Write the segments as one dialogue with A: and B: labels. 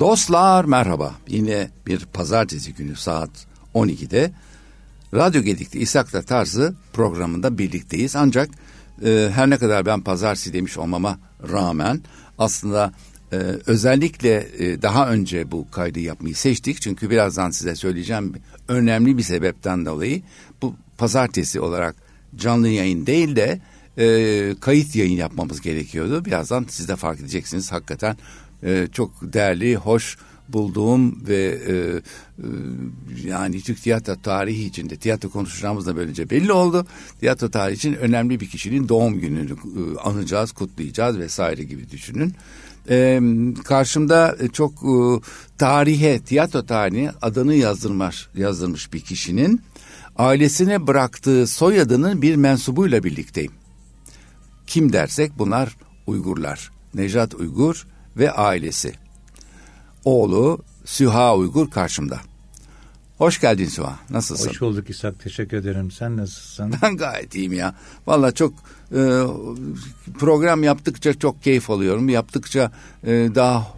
A: Dostlar merhaba. Yine bir pazartesi günü saat 12'de Radyo Gedik'te İshak'la Tarzı programında birlikteyiz. Ancak her ne kadar ben pazartesi demiş olmama rağmen aslında özellikle daha önce bu kaydı yapmayı seçtik. Çünkü birazdan size söyleyeceğim önemli bir sebepten dolayı bu pazartesi olarak canlı yayın değil de kayıt yayın yapmamız gerekiyordu. Birazdan siz de fark edeceksiniz. Hakikaten çok değerli, hoş bulduğum ve yani Türk tiyatro tarihi içinde tiyatro konuşacağımız da böylece belli oldu. Tiyatro tarihi için önemli bir kişinin doğum gününü anacağız, kutlayacağız vesaire gibi düşünün. Karşımda çok tarihe, tiyatro tarihine adını yazdırmış bir kişinin ailesine bıraktığı soyadının bir mensubuyla birlikteyim. Kim dersek bunlar Uygurlar. Nejat Uygur ve ailesi. Oğlu Süha Uygur karşımda. Hoş geldin Süha. Nasılsın?
B: Hoş bulduk İshak. Teşekkür ederim. Sen nasılsın?
A: Ben gayet iyiyim ya. Vallahi çok program yaptıkça çok keyif alıyorum. Yaptıkça daha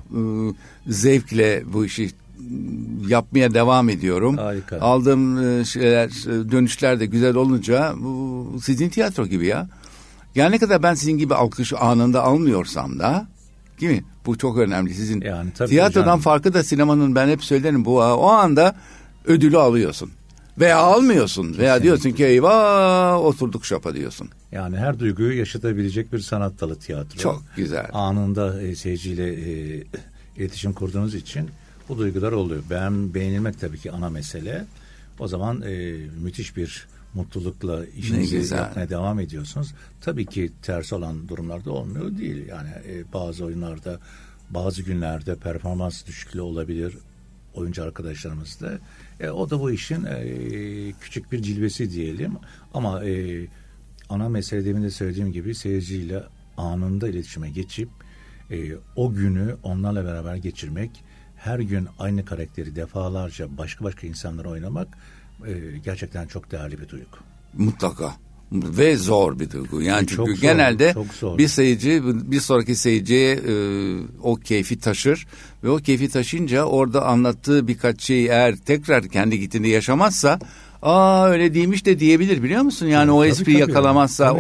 A: zevkle bu işi yapmaya devam ediyorum.
B: Harika.
A: Aldığım dönüşler de güzel olunca bu sizin tiyatro gibi ya. Yani ne kadar ben sizin gibi alkış anında almıyorsam da, değil mi? Bu çok önemli. Sizin yani, tiyatrodan farkı da sinemanın, ben hep söylerim, bu o anda ödülü alıyorsun. Veya almıyorsun. Kesinlikle. Veya diyorsun ki eyvah oturduk şapa diyorsun.
B: Yani her duyguyu yaşatabilecek bir sanat dalı tiyatro.
A: Çok güzel.
B: Anında seyirciyle iletişim kurduğunuz için bu duygular oluyor. beğenilmek tabii ki ana mesele. O zaman müthiş bir mutlulukla işinizi yapmaya devam ediyorsunuz. Tabii ki ters olan durumlarda olmuyor değil. Yani bazı oyunlarda, bazı günlerde performans düşüklüğü olabilir oyuncu arkadaşlarımızda. O da bu işin küçük bir cilvesi diyelim. Ama ana mesele demin de söylediğim gibi seyirciyle anında iletişime geçip o günü onlarla beraber geçirmek, her gün aynı karakteri defalarca başka insanlara oynamak gerçekten çok değerli bir duygu.
A: Mutlaka. Ve zor bir duygu. Yani çünkü zor, genelde bir seyirci bir sonraki seyirciye o keyfi taşır ve o keyfi taşıyınca orada anlattığı birkaç şeyi eğer tekrar kendi gittiğinde yaşamazsa öyle değilmiş de diyebilir, biliyor musun? Yani o espriyi yakalamazsa,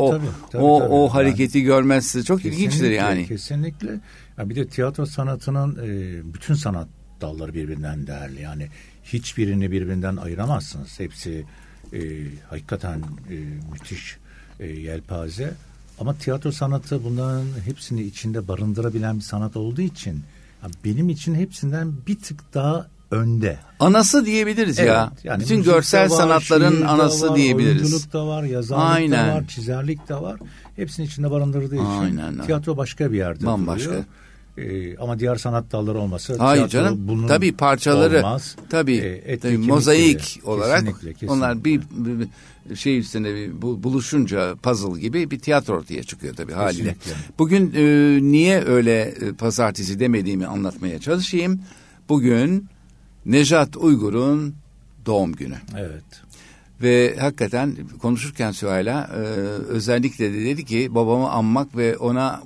A: o hareketi görmezse çok
B: kesinlikle,
A: ilginçtir yani.
B: Kesinlikle. Ya bir de tiyatro sanatının bütün sanat dalları birbirinden değerli. Yani hiçbirini birbirinden ayıramazsınız. Hepsi hakikaten müthiş yelpaze. Ama tiyatro sanatı bunların hepsini içinde barındırabilen bir sanat olduğu için benim için hepsinden bir tık daha önde.
A: Anası diyebiliriz ya. Yani bütün görsel var, sanatların anası var, diyebiliriz.
B: Oyunculuk da var, yazarlık da var, çizerlik de var. Hepsini içinde barındırdığı için tiyatro başka bir yerde
A: bambaşka
B: duruyor. Ama diğer sanat dalları olmasa
A: hayır canım,
B: bunun
A: tabii parçaları
B: olmaz.
A: Tabii mozaik olarak
B: kesinlikle.
A: Onlar bir şey üstüne buluşunca puzzle gibi bir tiyatro ortaya çıkıyor tabii haliyle. Bugün niye öyle pazartesi demediğimi anlatmaya çalışayım. Bugün Nejat Uygur'un doğum günü.
B: Evet.
A: Ve hakikaten konuşurken Süheyla özellikle de dedi ki babamı anmak ve ona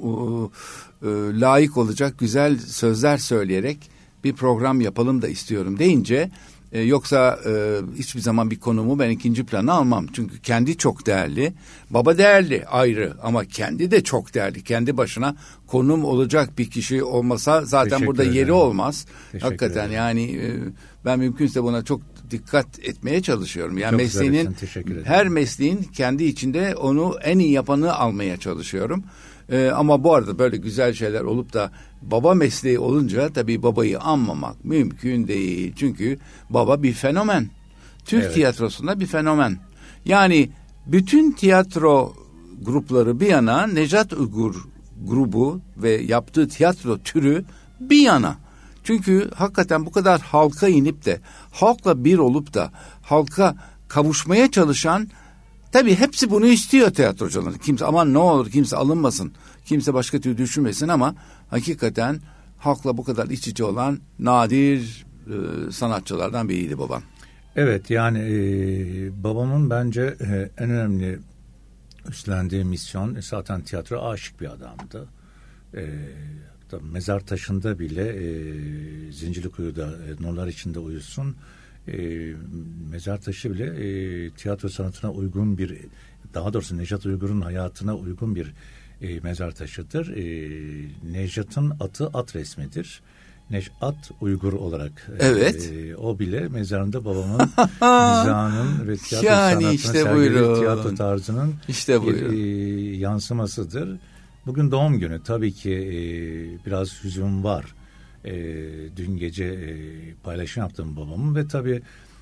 A: layık olacak güzel sözler söyleyerek bir program yapalım da istiyorum deyince yoksa hiçbir zaman bir konumu ben ikinci plana almam. Çünkü kendi çok değerli, baba değerli ayrı ama kendi de çok değerli. Kendi başına konum olacak bir kişi olmasa zaten teşekkür burada yeri olmaz. Hakikaten yani ben mümkünse buna çok dikkat etmeye çalışıyorum. Yani mesleğinin, her mesleğin kendi içinde onu en iyi yapanı almaya çalışıyorum. Ama bu arada böyle güzel şeyler olup da baba mesleği olunca tabii babayı anmamak mümkün değil. Çünkü baba bir fenomen. Türk tiyatrosunda bir fenomen. Yani bütün tiyatro grupları bir yana, Nejat Uygur grubu ve yaptığı tiyatro türü bir yana. Çünkü hakikaten bu kadar halka inip de halkla bir olup da halka kavuşmaya çalışan, tabii hepsi bunu istiyor tiyatrocular. Kimse aman ne olur kimse alınmasın, kimse başka türlü düşünmesin ama hakikaten halkla bu kadar iç içe olan nadir sanatçılardan biriydi babam.
B: Evet yani babamın bence en önemli üstlendiği misyon zaten tiyatro, aşık bir adamdı. mezar taşında bile Zincirlikuyu'da nurlar içinde uyusun. Mezar taşı bile tiyatro sanatına uygun bir, daha doğrusu Nejat Uygur'un hayatına uygun bir mezar taşıdır. Nejat'ın atı at resmidir. Nejat Uygur olarak.
A: Evet.
B: O bile mezarında babamın mizahının ve tiyatro sanatına
A: işte
B: sergilediği tiyatro tarzının
A: işte
B: yansımasıdır. Bugün doğum günü. Tabii ki biraz hüzün var. Dün gece paylaşım yaptım babamın ve tabii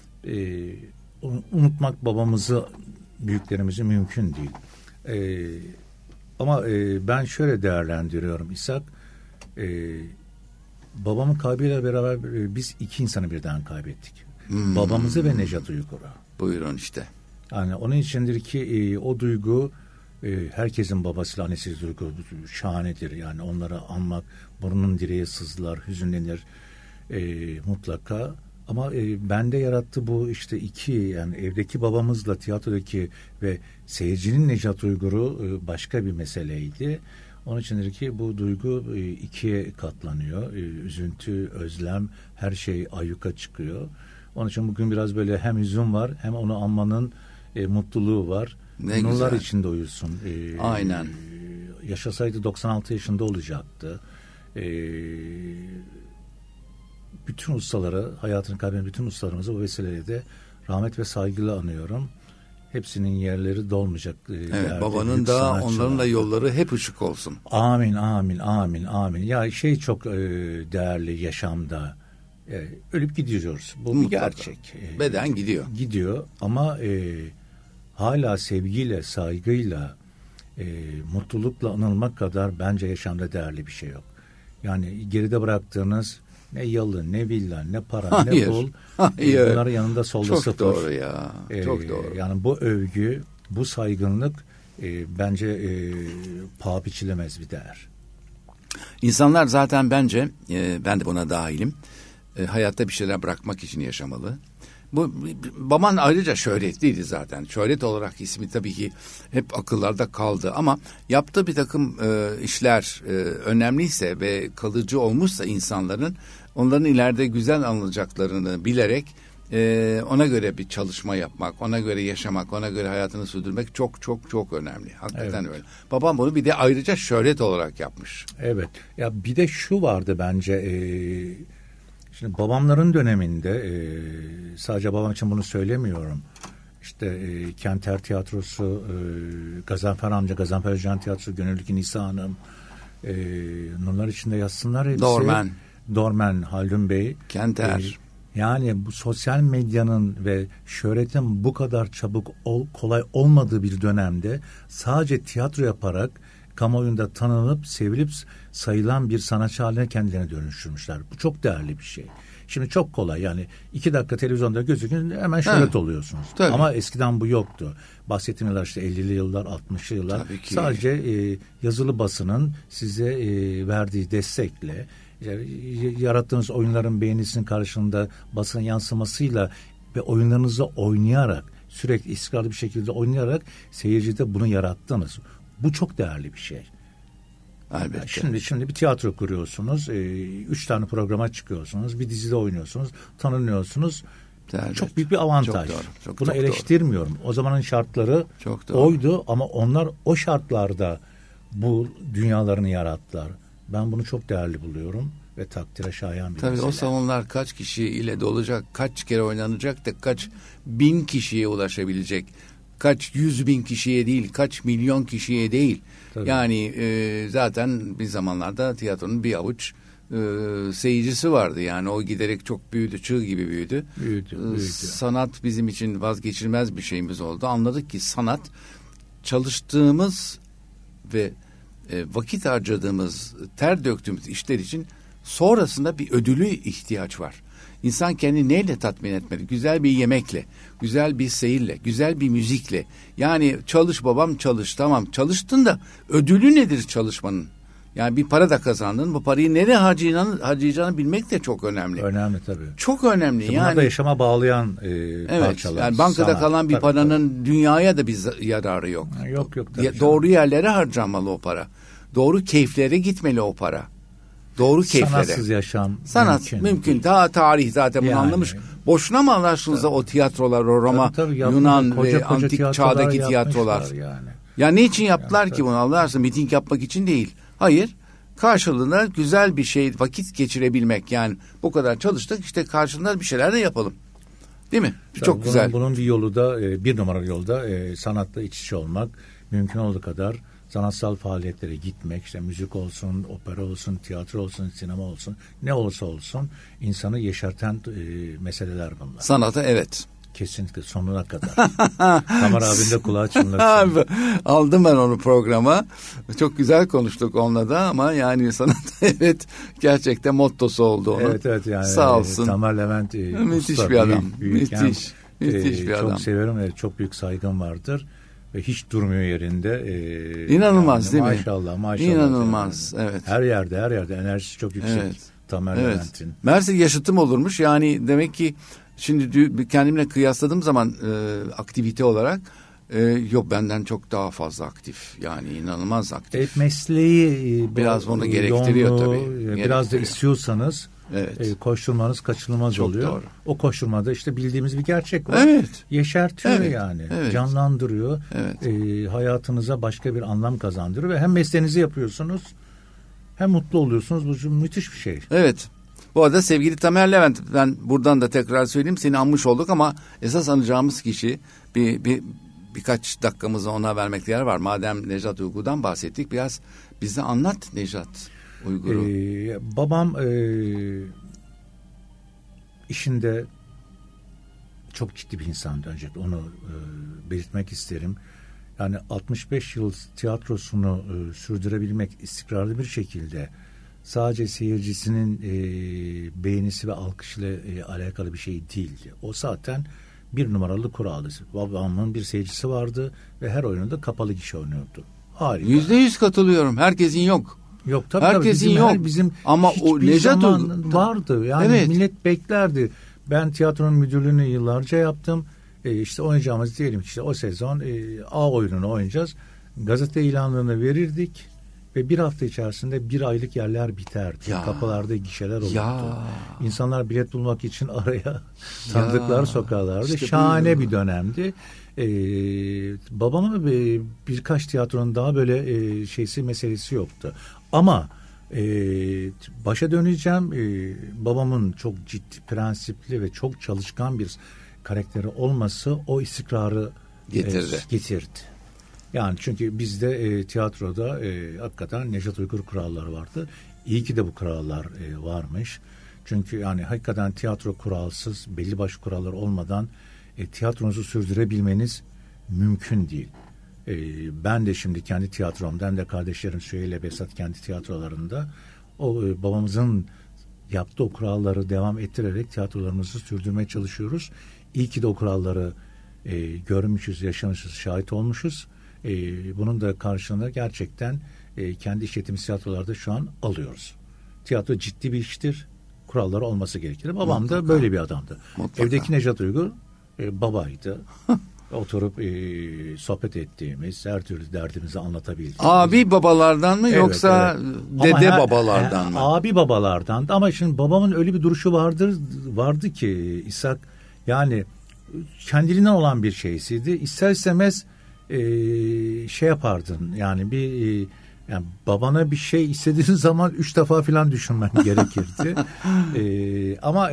B: unutmak babamızı, büyüklerimizi mümkün değil. Ama ben şöyle değerlendiriyorum İshak. Babamın kaybıyla beraber biz iki insanı birden kaybettik. Babamızı ve Nejat Uygur'u.
A: Buyurun işte.
B: Yani onun içindir ki o duygu herkesin babasıyla annesi duygu şahanedir. Yani onları anmak, burnunun direğe sızlar, hüzünlenir mutlaka. Ama bende yarattı bu işte iki, yani evdeki babamızla tiyatrodaki ve seyircinin Nejat Uygur'u başka bir meseleydi. Onun içindir ki bu duygu ikiye katlanıyor. Üzüntü, özlem, her şey ayyuka çıkıyor. Onun için bugün biraz böyle hem hüzün var hem onu anmanın mutluluğu var.
A: Ne
B: nurlar
A: güzel.
B: içinde uyusun.
A: Aynen.
B: Yaşasaydı 96 yaşında olacaktı. Bütün ustaları, hayatını kaybeden bütün ustalarımızı bu vesileyle de rahmet ve saygıyla anıyorum. Hepsinin yerleri dolmayacak.
A: Evet, babanın da onların da yolları hep ışık olsun.
B: Amin, amin, amin, amin. Ya çok değerli yaşamda. Ölüp gidiyoruz. Bu
A: Mutlaka.
B: bir gerçek.
A: Beden gidiyor.
B: Gidiyor ama hala sevgiyle, saygıyla, mutlulukla anılmak kadar bence yaşamda değerli bir şey yok. Yani geride bıraktığınız ne yalı, ne villa, ne para, ne pul. Bunlar yanında solda
A: çok
B: sıfır.
A: Çok doğru ya. Çok doğru.
B: Yani bu övgü, bu saygınlık bence paha biçilemez bir değer.
A: İnsanlar zaten bence, ben de buna dahilim, hayatta bir şeyler bırakmak için yaşamalı. Bu baban ayrıca şöhretliydi zaten. Şöhret olarak ismi tabii ki hep akıllarda kaldı ama yaptığı bir takım işler önemliyse ve kalıcı olmuşsa insanların, onların ileride güzel anılacaklarını bilerek ona göre bir çalışma yapmak, ona göre yaşamak, ona göre hayatını sürdürmek çok çok çok önemli. Hakikaten evet. Öyle. Babam bunu bir de ayrıca şöhret olarak yapmış.
B: Evet. Ya bir de şu vardı bence. Şimdi babamların döneminde sadece babam için bunu söylemiyorum. İşte Kenter Tiyatrosu, Gazanfer amca, Gazanfer Özcan Tiyatrosu, Gönüllük Nisa Hanım, nurlar içinde yatsınlar hepsi. Dormen, Haldun Bey.
A: Kenter.
B: Yani bu sosyal medyanın ve şöhretin bu kadar çabuk kolay olmadığı bir dönemde sadece tiyatro yaparak kamuoyunda tanınıp, sevilip sayılan bir sanatçı haline kendilerine dönüştürmüşler. Bu çok değerli bir şey. Şimdi çok kolay, yani 2 dakika televizyonda gözükün hemen şöhret oluyorsunuz.
A: Tabii.
B: Ama eskiden bu yoktu. Bahsettiğim yıllar işte 50'li yıllar, 60'lı yıllar. Sadece yazılı basının size verdiği destekle, yarattığınız oyunların beğenisinin karşılığında basın yansımasıyla ve oyunlarınızı oynayarak, sürekli istikrarlı bir şekilde oynayarak seyircide bunu yarattınız. Bu çok değerli bir şey.
A: Elbette.
B: Şimdi bir tiyatro kuruyorsunuz, 3 tane programa çıkıyorsunuz, bir dizide oynuyorsunuz, tanınıyorsunuz. Evet. Çok büyük bir avantaj. Bunu eleştirmiyorum. Doğru. O zamanın şartları oydu ama onlar o şartlarda bu dünyalarını yarattılar. Ben bunu çok değerli buluyorum ve takdire şayan bir mesele.
A: Tabii o salonlar kaç kişiyle dolacak, kaç kere oynanacak da kaç bin kişiye ulaşabilecek. Kaç 100.000 kişiye değil, kaç milyon kişiye değil. Tabii. Yani zaten bir zamanlarda tiyatronun bir avuç seyircisi vardı. Yani o giderek çok büyüdü, çığ gibi büyüdü. Büyüdü. Sanat bizim için vazgeçilmez bir şeyimiz oldu. Anladık ki sanat çalıştığımız ve vakit harcadığımız, ter döktüğümüz işler için sonrasında bir ödülü ihtiyaç var. İnsan kendini neyle tatmin etmeli? Güzel bir yemekle, güzel bir seyirle, güzel bir müzikle. Yani çalış babam çalış, tamam çalıştın da ödülü nedir çalışmanın? Yani bir para da kazandın, bu parayı nereye harcayacağını bilmek de çok önemli.
B: Önemli tabii.
A: Çok önemli.
B: İşte yani. Bunlar da yaşama bağlayan parçalar.
A: Yani bankada sanat, kalan bir paranın dünyaya da bir yararı yok.
B: Yok.
A: Doğru yerlere harcanmalı o para. Doğru keyiflere gitmeli o para. doğru keyiflere.
B: Sanatsız yaşam
A: Sanat mümkün. Daha tarih zaten bunu anlamış. Boşuna mı anlarsınız o tiyatrolar, o Roma, tabii, Yunan ve antik çağdaki tiyatrolar? Yani. Ya ne için yaptılar ki bunu Allah aşkına? Miting yapmak için değil. Hayır. Karşılığında güzel bir şey, vakit geçirebilmek. Yani bu kadar çalıştık, işte karşılığında bir şeyler de yapalım. Değil mi? Çok güzel.
B: Bunun bir yolu da, bir numaralı yolda sanatla iç içe olmak. Mümkün olduğu kadar sanatsal faaliyetlere gitmek, işte müzik olsun, opera olsun, tiyatro olsun, sinema olsun, ne olursa olsun insanı yeşerten meseleler bunlar.
A: Sanata evet.
B: Kesinlikle sonuna kadar. Tamer abinin de kulağı çınlasın.
A: Aldım ben onu programa. Çok güzel konuştuk onunla da ama yani sanat evet gerçekten mottosu oldu onun.
B: Evet yani.
A: Sağ olsun.
B: Tamer Levent
A: müthiş
B: usta,
A: bir adam.
B: Büyük,
A: müthiş bir adam.
B: Çok severim ve çok büyük saygım vardır. Ve hiç durmuyor yerinde.
A: İnanılmaz
B: yani,
A: değil mi?
B: Maşallah.
A: İnanılmaz
B: yani.
A: Evet.
B: Her yerde enerjisi çok yüksek. Evet. Tamer Levent'in.
A: Mersi yaşıtım olurmuş. Yani demek ki şimdi kendimle kıyasladığım zaman aktivite olarak yok benden çok daha fazla aktif. Yani inanılmaz aktif.
B: Mesleği
A: biraz onu gerektiriyor tabii.
B: Biraz da istiyorsanız koşturmanız kaçınılmaz çok oluyor. Doğru. O koşturmada işte bildiğimiz bir gerçek var.
A: Evet.
B: Yeşertiyor yani.
A: Evet.
B: Canlandırıyor. Evet. Hayatınıza başka bir anlam kazandırıyor ve hem mesleğinizi yapıyorsunuz hem mutlu oluyorsunuz. Bu müthiş bir şey.
A: Evet. Bu arada sevgili Tamer Levent, ben buradan da tekrar söyleyeyim, seni anmış olduk ama esas anacağımız kişi birkaç dakikamızı ona vermekte yer var. Madem Nejat Uygur'dan bahsettik, biraz bize anlat Nejat Uygur'u.
B: Babam işinde çok ciddi bir insandı, öncelikle onu belirtmek isterim. Yani 65 yıl tiyatrosunu sürdürebilmek istikrarlı bir şekilde sadece seyircisinin beğenisi ve alkışıyla alakalı bir şey değildi. O zaten bir numaralı kuraldı. Babamın bir seyircisi vardı ve her oyununda kapalı gişe oynuyordu. Harika.
A: %100 katılıyorum. Herkesin yok.
B: Yok tabii.
A: Herkesin yok.
B: Bizim
A: ama o Nejat
B: vardı. Yani millet beklerdi. Ben tiyatronun müdürlüğünü yıllarca yaptım. İşte oynayacağımız diyelim işte o sezon A oyununu oynayacağız. Gazete ilanlarını verirdik. Ve bir hafta içerisinde bir aylık yerler biterdi. Kapılarda gişeler olurdu. İnsanlar bilet bulmak için araya tanıdıklar sokarlardı. İşte şahane bir dönemdi. Babamın birkaç tiyatronun daha böyle meselesi yoktu. Ama başa döneceğim. Babamın çok ciddi, prensipli ve çok çalışkan bir karakteri olması o istikrarı getirdi. Yani çünkü bizde tiyatroda hakikaten Nejat Uygur kuralları vardı. İyi ki de bu kurallar varmış. Çünkü yani hakikaten tiyatro kuralsız, belli başlı kurallar olmadan tiyatronuzu sürdürebilmeniz mümkün değil. Ben de şimdi kendi tiyatromda, hem de kardeşlerim Süheyl, Besat kendi tiyatrolarında o babamızın yaptığı o kuralları devam ettirerek tiyatrolarımızı sürdürmeye çalışıyoruz. İyi ki de o kuralları görmüşüz, yaşamışız, şahit olmuşuz. Bunun da karşılığında gerçekten kendi işlettiğimiz tiyatrolarda şu an alıyoruz. Tiyatro ciddi bir iştir. Kuralları olması gerekir. Babam mutlaka da böyle bir adamdı. Mutlaka. Evdeki Nejat Uygur babaydı. Oturup sohbet ettiğimiz, her türlü derdimizi anlatabildiğimiz.
A: Abi babalardan mı yoksa dede babalardan mı?
B: Abi babalardan. Ama şimdi babamın öyle bir duruşu vardı ki İshak, yani kendiliğinden olan bir şeysiydi. İster istemez yapardın yani yani babana bir şey istediğin zaman 3 defa falan düşünmen gerekirdi. Ama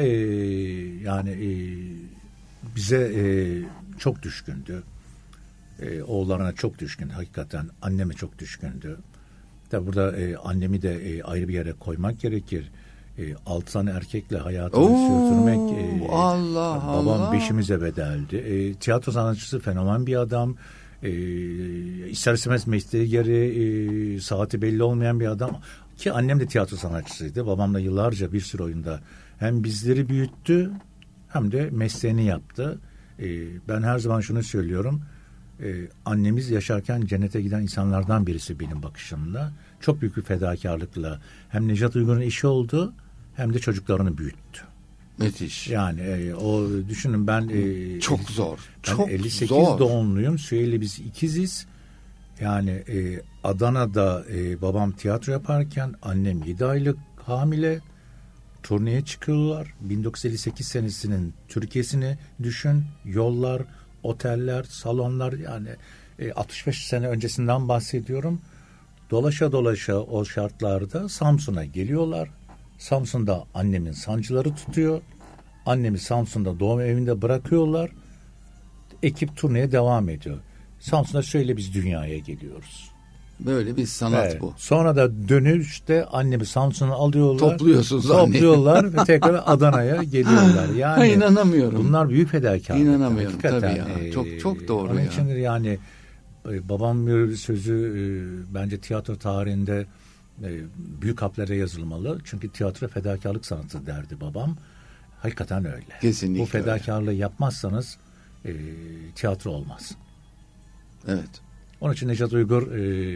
B: bize çok düşkündü. Oğullarına çok düşkündü. Hakikaten anneme çok düşkündü. Tabi burada annemi de ayrı bir yere koymak gerekir. 6 tane erkekle hayatını sürdürmek. Babam beşimize bedeldi. Tiyatro sanatçısı, fenomen bir adam. İster istemez mesleği gereği saati belli olmayan bir adam. Ki annem de tiyatro sanatçısıydı. Babam da yıllarca bir sürü oyunda hem bizleri büyüttü hem de mesleğini yaptı. Ben her zaman şunu söylüyorum. Annemiz yaşarken cennete giden insanlardan birisi benim bakışımda. Çok büyük bir fedakarlıkla hem Nejat Uygur'un eşi oldu hem de çocuklarını büyüttü.
A: Müthiş.
B: Yani o düşünün ben
A: çok zor.
B: Ben
A: çok
B: 58
A: zor.
B: doğumluyum. Süheyl'le biz ikiziz. Yani Adana'da babam tiyatro yaparken annem 7 aylık hamile. Turneye çıkıyorlar. 1958 senesinin Türkiye'sini düşün. Yollar, oteller, salonlar, yani 65 sene öncesinden bahsediyorum. Dolaşa dolaşa o şartlarda Samsun'a geliyorlar. Samsun'da annemin sancıları tutuyor. Annemi Samsun'da doğum evinde bırakıyorlar. Ekip turneye devam ediyor. Samsun'da şöyle biz dünyaya geliyoruz.
A: Böyle bir sanat bu.
B: Sonra da dönüşte annemi Samsun'a alıyorlar.
A: Topluyorlar
B: ve tekrar Adana'ya geliyorlar. Yani
A: inanamıyorum.
B: Bunlar büyük fedakarlık.
A: İnanamıyorum tabii ya. Çok doğru
B: onun
A: ya.
B: için yani babam bir sözü bence tiyatro tarihinde büyük harflere yazılmalı. Çünkü tiyatro fedakarlık sanatı derdi babam. Hakikaten öyle.
A: Kesinlikle.
B: Bu fedakarlığı yapmazsanız tiyatro olmaz.
A: Evet.
B: Onun için Neşet Uygur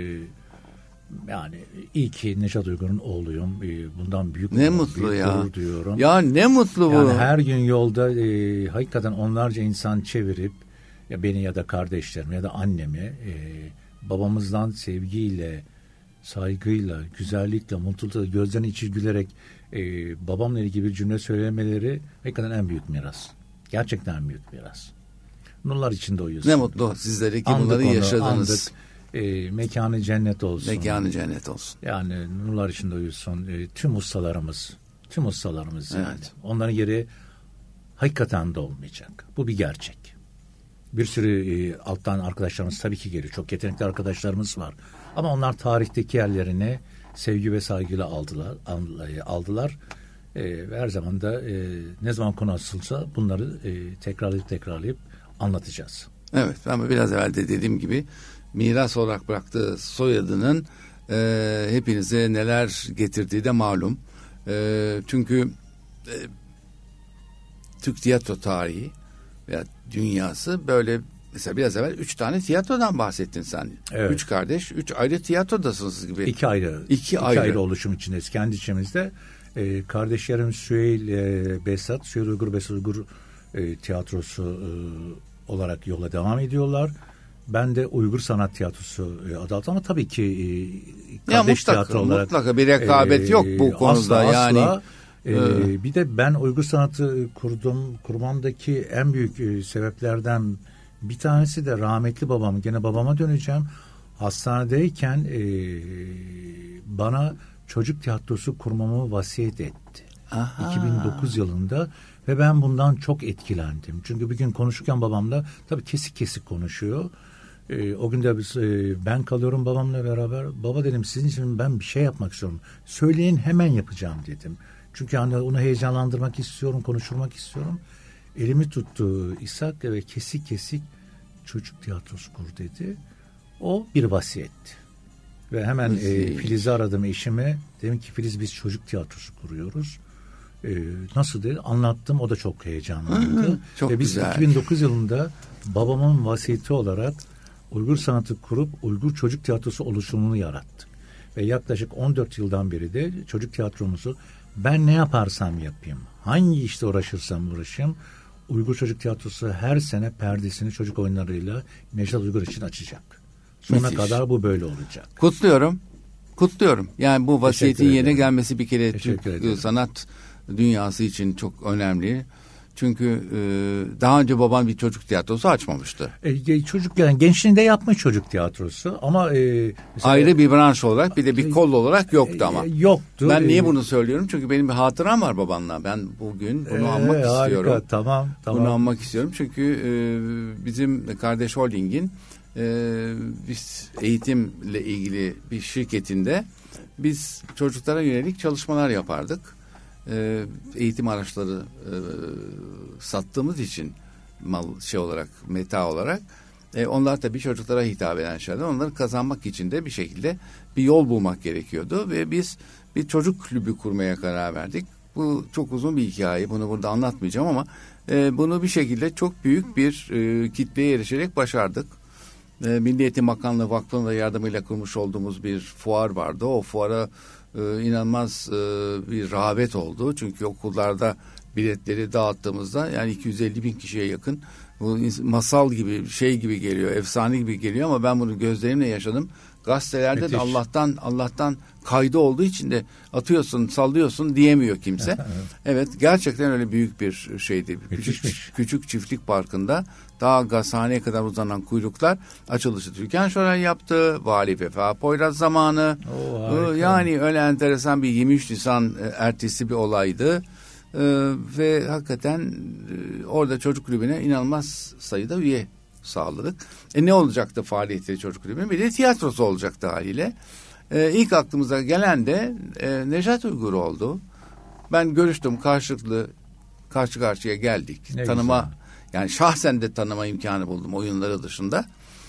B: yani iyi ki Neşet Uygur'un oğluyum. Bundan büyük
A: ne mutlu ya.
B: Gurur duyuyorum.
A: Ya ne mutlu bu.
B: Yani her gün yolda hakikaten onlarca insan çevirip ya beni ya da kardeşlerimi ya da annemi babamızdan sevgiyle, saygıyla, güzellikle, mutlulukla gözlerinin içi gülerek babamla ilgili bir cümle söylemeleri hakikaten en büyük miras. Gerçekten en büyük miras. Bunlar içinde uyusun.
A: Ne mutlu sizlere ki bunları yaşadınız.
B: Mekanı cennet olsun.
A: Mekanı cennet olsun.
B: Yani nurlar içinde uyusun. Tüm ustalarımız yani.
A: Evet.
B: Onların yeri hakikaten de olmayacak. Bu bir gerçek. Bir sürü alttan arkadaşlarımız tabii ki geliyor. Çok yetenekli arkadaşlarımız var. Ama onlar tarihteki yerlerini sevgi ve saygıyla aldılar. Ve her zaman da ne zaman konu açılsa bunları tekrarlayıp anlatacağız.
A: Evet, ama biraz evvel de dediğim gibi miras olarak bıraktığı soyadının hepinize neler getirdiği de malum. Çünkü Türk tiyatro tarihi veya dünyası böyle, mesela biraz evvel 3 tane tiyatrodan bahsettin sen.
B: Evet.
A: 3 kardeş, 3 ayrı tiyatrodasınız gibi.
B: İki ayrı oluşum içindeyiz. Kendi içimizde kardeşlerim Süheyl Behzat, Süheyl Uygur, Behzat Uygur tiyatrosu olarak yola devam ediyorlar. Ben de Uygur Sanat Tiyatrosu adı altında, ama tabii ki kardeş tiyatro olarak.
A: Mutlaka bir rekabet yok bu konuda.
B: Asla. Bir de ben Uygur Sanatı kurmamdaki en büyük sebeplerden bir tanesi de rahmetli babam. Gene babama döneceğim. Hastanedeyken bana çocuk tiyatrosu kurmamı vasiyet etti. Aha. 2009 yılında ve ben bundan çok etkilendim. Çünkü bir gün konuşurken babamla, tabii kesik konuşuyor. O gün de ben kalıyorum babamla beraber. Baba dedim, sizin için ben bir şey yapmak istiyorum. Söyleyin, hemen yapacağım dedim. Çünkü hani onu heyecanlandırmak istiyorum, konuşturmak istiyorum. Elimi tuttu İshak ve kesik çocuk tiyatrosu kur dedi. O bir vasiyetti. Ve hemen Filiz'i aradım, eşime. Dedim ki Filiz, biz çocuk tiyatrosu kuruyoruz. Nasıl dedi? Anlattım. O da çok heyecanlandı.
A: Çok
B: ve biz
A: güzel.
B: 2009 yılında babamın vasiyeti olarak Uygur Sanatı kurup Uygur Çocuk Tiyatrosu oluşumunu yarattık. Ve yaklaşık 14 yıldan beri de çocuk tiyatromuzu ben ne yaparsam yapayım, hangi işte uğraşırsam uğraşayım, Uygur Çocuk Tiyatrosu her sene perdesini çocuk oyunlarıyla Neşet Uygur için açacak. Sonuna kadar bu böyle olacak.
A: Kutluyorum. Yani bu vasiyetin yerine gelmesi bir kere Türk sanat dünyası için çok önemli. Çünkü daha önce babam bir çocuk tiyatrosu açmamıştı.
B: Çocuk, yani gençliğinde yapmış çocuk tiyatrosu ama
A: ayrı bir branş olarak, bir de bir kol olarak yoktu ama.
B: Yoktu.
A: Ben niye bunu söylüyorum? Çünkü benim bir hatıram var babanla. Ben bugün bunu anmak istiyorum.
B: Harika, tamam.
A: Bunu anmak istiyorum çünkü bizim kardeş holdingin biz eğitimle ilgili bir şirketinde biz çocuklara yönelik çalışmalar yapardık. Eğitim araçları sattığımız için meta olarak onlar tabii çocuklara hitap eden şeyler, onları kazanmak için de bir şekilde bir yol bulmak gerekiyordu ve biz bir çocuk kulübü kurmaya karar verdik. Bu çok uzun bir hikaye, bunu burada anlatmayacağım ama bunu bir şekilde çok büyük bir kitleye erişerek başardık. Milli Eğitim Bakanlığı Vakfı'nın da yardımıyla kurmuş olduğumuz bir fuar vardı. O fuara inanılmaz bir rağbet oldu. Çünkü okullarda biletleri dağıttığımızda yani 250 bin kişiye yakın, bu masal gibi, şey gibi geliyor, efsane gibi geliyor ama ben bunu gözlerimle yaşadım. Gazetelerde
B: Müthiş.
A: de Allah'tan kaydı olduğu için de atıyorsun, sallıyorsun diyemiyor kimse. Evet, gerçekten öyle büyük bir şeydi. Küçük çiftlik parkında daha gazhaneye kadar uzanan kuyruklar, açılışı Türkan Şoray yaptı. Vali Vefa Poyraz zamanı. Yani öyle enteresan bir 23 Nisan ertesi bir olaydı. Ve hakikaten orada çocuk kulübüne inanılmaz sayıda üye sağladık. Ne olacaktı faaliyetleri çocuk kulübünün? Bir de tiyatrosu olacaktı haliyle. İlk aklımıza gelen de Nejat Uygur oldu. Ben görüştüm, karşı karşıya geldik.
B: Ne
A: tanıma
B: güzel.
A: Yani şahsen de tanıma imkanı buldum oyunları dışında.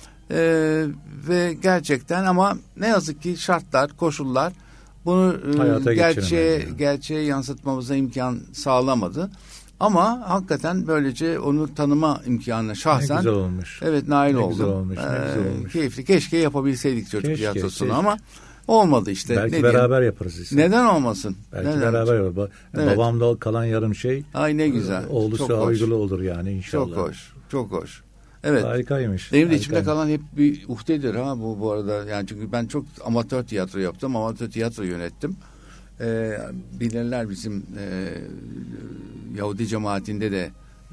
A: Ve gerçekten ama ne yazık ki şartlar, koşullar bunu gerçeğe yansıtmamıza imkan sağlamadı. Ama hakikaten böylece onu tanıma imkanına şahsen
B: ne güzel olmuş.
A: Evet, nail oldum.
B: Güzel olmuş, ne güzel olmuş.
A: Keyifli. Keşke yapabilseydik çocuk tiyatrosunu ama olmadı işte.
B: Belki beraber yaparız işte.
A: Neden olmasın?
B: Belki beraber yaparız. Evet. Babamda kalan yarım şey.
A: Ay ne güzel.
B: Oldukça uygulu olur yani inşallah.
A: Çok hoş. Evet.
B: Harikaymış.
A: Benim de içimde kalan hep bir uhdedir bu arada. Yani çünkü ben çok amatör tiyatro yaptım. Amatör tiyatro yönettim. Bilirler bizim Yahudi cemaatinde de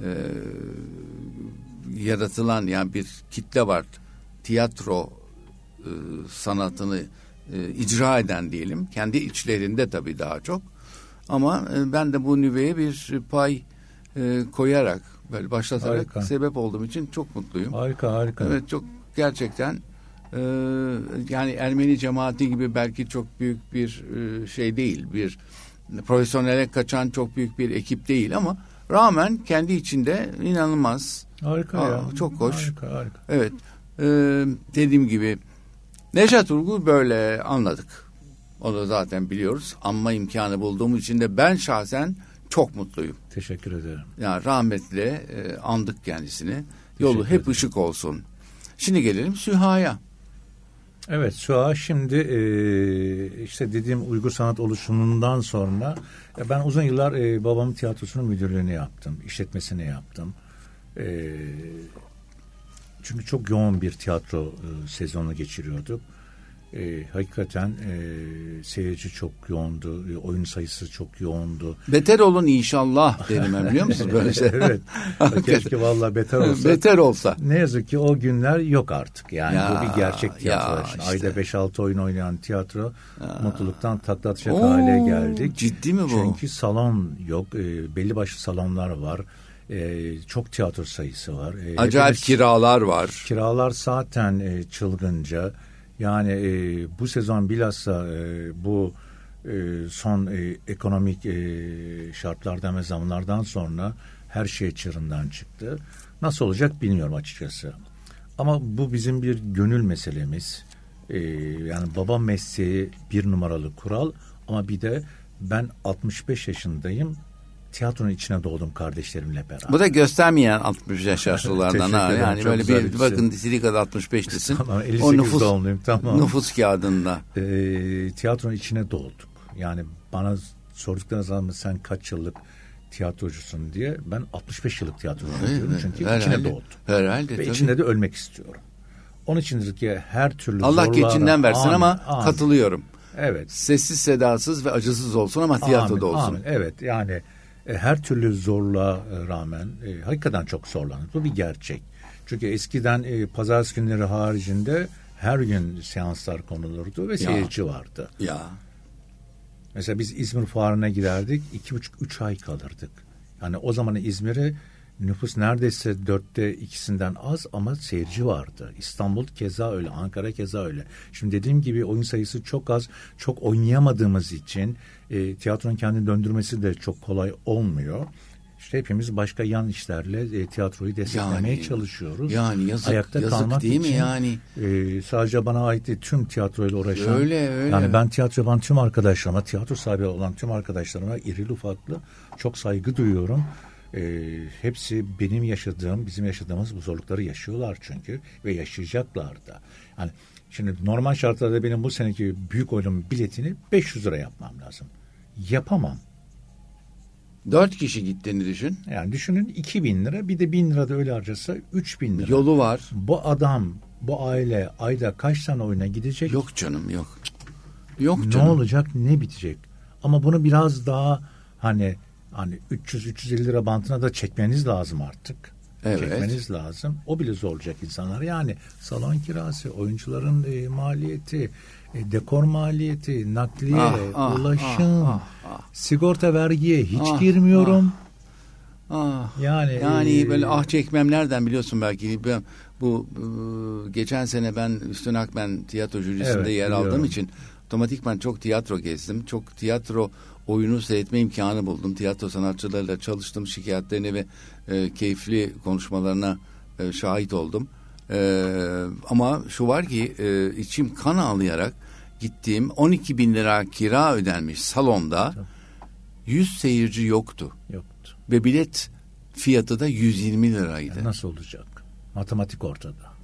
A: yaratılan yani bir kitle var. Tiyatro sanatını icra eden diyelim. Kendi içlerinde tabii daha çok. Ama ben de bu nüveye bir pay koyarak, böyle başlatarak sebep olduğum için çok mutluyum.
B: Harika.
A: Evet, çok gerçekten yani Ermeni cemaati gibi belki çok büyük bir şey değil, bir profesyonele kaçan çok büyük bir ekip değil ama rağmen kendi içinde inanılmaz.
B: Harika.
A: Çok hoş.
B: Harika.
A: Evet. Dediğim gibi Nejat Uygur böyle anladık. Onu zaten biliyoruz. Anma imkanı bulduğum için de ben şahsen çok mutluyum.
B: Teşekkür ederim.
A: Yani rahmetle andık kendisini. Yolu hep ışık olsun. Şimdi gelelim Süha'ya.
B: Evet, Süha şimdi işte dediğim Uygur sanat oluşumundan sonra ben uzun yıllar babamın tiyatrosunun müdürlüğünü yaptım. İşletmesini yaptım. Çünkü çok yoğun bir tiyatro sezonu geçiriyorduk. Hakikaten seyirci çok yoğundu. Oyun sayısı çok yoğundu.
A: Beter olun inşallah derim ben, biliyor musunuz böyle şey?
B: Evet. Keşke vallahi beter olsa.
A: Beter olsa.
B: Ne yazık ki o günler yok artık. Yani bu bir gerçek tiyatro. İşte. Ayda 5-6 oyun oynayan tiyatro mutluluktan takla atacak hale geldik.
A: Ciddi mi bu?
B: Çünkü salon yok. Belli başlı salonlar var. Çok tiyatro sayısı var.
A: Acayip kiralar var.
B: Kiralar zaten çılgınca. Yani bu sezon bilhassa bu son ekonomik şartlardan ve zamlardan sonra her şey çığırından çıktı. Nasıl olacak bilmiyorum açıkçası. Ama bu bizim bir gönül meselemiz. Yani baba mesleği bir numaralı kural ama bir de ben 65 yaşındayım. Tiyatronun içine doğdum kardeşlerimle beraber.
A: Bu da göstermeyen 60 yaş yaşlılardan. Yani böyle bir bakın dizili kadar 65'lisin.
B: Tamam, 58 doğumluyum. Tamam.
A: Nüfus kağıdında.
B: Tiyatronun içine doğduk. Yani bana sordukları zaman sen kaç yıllık tiyatrocusun diye ben 65 yıllık tiyatrocu diyorum. Çünkü içine doğdum.
A: Herhalde.
B: Ve içinde de ölmek istiyorum. Onun içindir ki her türlü
A: Allah
B: zorlara...
A: geçinden versin ama katılıyorum.
B: Evet.
A: Sessiz sedasız ve acısız olsun ama tiyatroda olsun.
B: Amin. Evet, yani her türlü zorluğa rağmen hakikaten çok zorlandık. Bu bir gerçek. Çünkü eskiden pazartesi günleri haricinde her gün seanslar konulurdu ve seyirci vardı.
A: Ya.
B: Mesela biz İzmir Fuarı'na giderdik. 2,5-3 ay kalırdık. Yani o zaman İzmir'e nüfus neredeyse 2/4'ünden az ama seyirci vardı. İstanbul keza öyle, Ankara keza öyle. Şimdi dediğim gibi oyun sayısı çok az, çok oynayamadığımız için tiyatronun kendini döndürmesi de çok kolay olmuyor. İşte hepimiz başka yan işlerle tiyatroyu desteklemeye çalışıyoruz.
A: Yani yazık,
B: ayakta
A: yazık
B: kalmak
A: değil mi
B: için,
A: yani?
B: Sadece bana ait değil, tüm tiyatroyla uğraşan.
A: Öyle.
B: Yani ben tüm arkadaşlarıma, tiyatro sahibi olan tüm arkadaşlarıma irili ufaklı çok saygı duyuyorum. Hepsi bizim yaşadığımız bu zorlukları yaşıyorlar çünkü ve yaşayacaklar da. Yani şimdi normal şartlarda benim bu seneki büyük oyunun biletini 500 lira yapmam lazım. Yapamam.
A: 4 kişi gittiğini düşün.
B: Yani düşünün 2.000 lira, bir de 1.000 lira da öyle harcasa 3.000 lira.
A: Yolu var.
B: Bu adam, bu aile ayda kaç tane oyuna gidecek?
A: Yok canım, yok. Yok
B: ne
A: canım.
B: olacak, ne bitecek? Ama bunu biraz daha hani 300-350 lira bantına da çekmeniz lazım artık.
A: Evet.
B: Çekmeniz lazım. O bile zorlayacak insanlar. Yani salon kirası, oyuncuların maliyeti, dekor maliyeti, nakliye, ulaşım, sigorta, vergiye hiç girmiyorum.
A: Yani böyle çekmem nereden biliyorsun belki. Bu geçen sene ben Üstün Akmen tiyatro jürisinde yer aldığım için otomatikman çok tiyatro gezdim. Çok tiyatro oyunu seyretme imkanı buldum. Tiyatro sanatçılarıyla çalıştım. Şikayetlerine ve keyifli konuşmalarına şahit oldum. Ama şu var ki içim kan ağlayarak gittiğim 12.000 lira kira ödenmiş salonda 100 seyirci yoktu. Ve bilet fiyatı da 120 liraydı.
B: Nasıl olacak? Matematik ortada.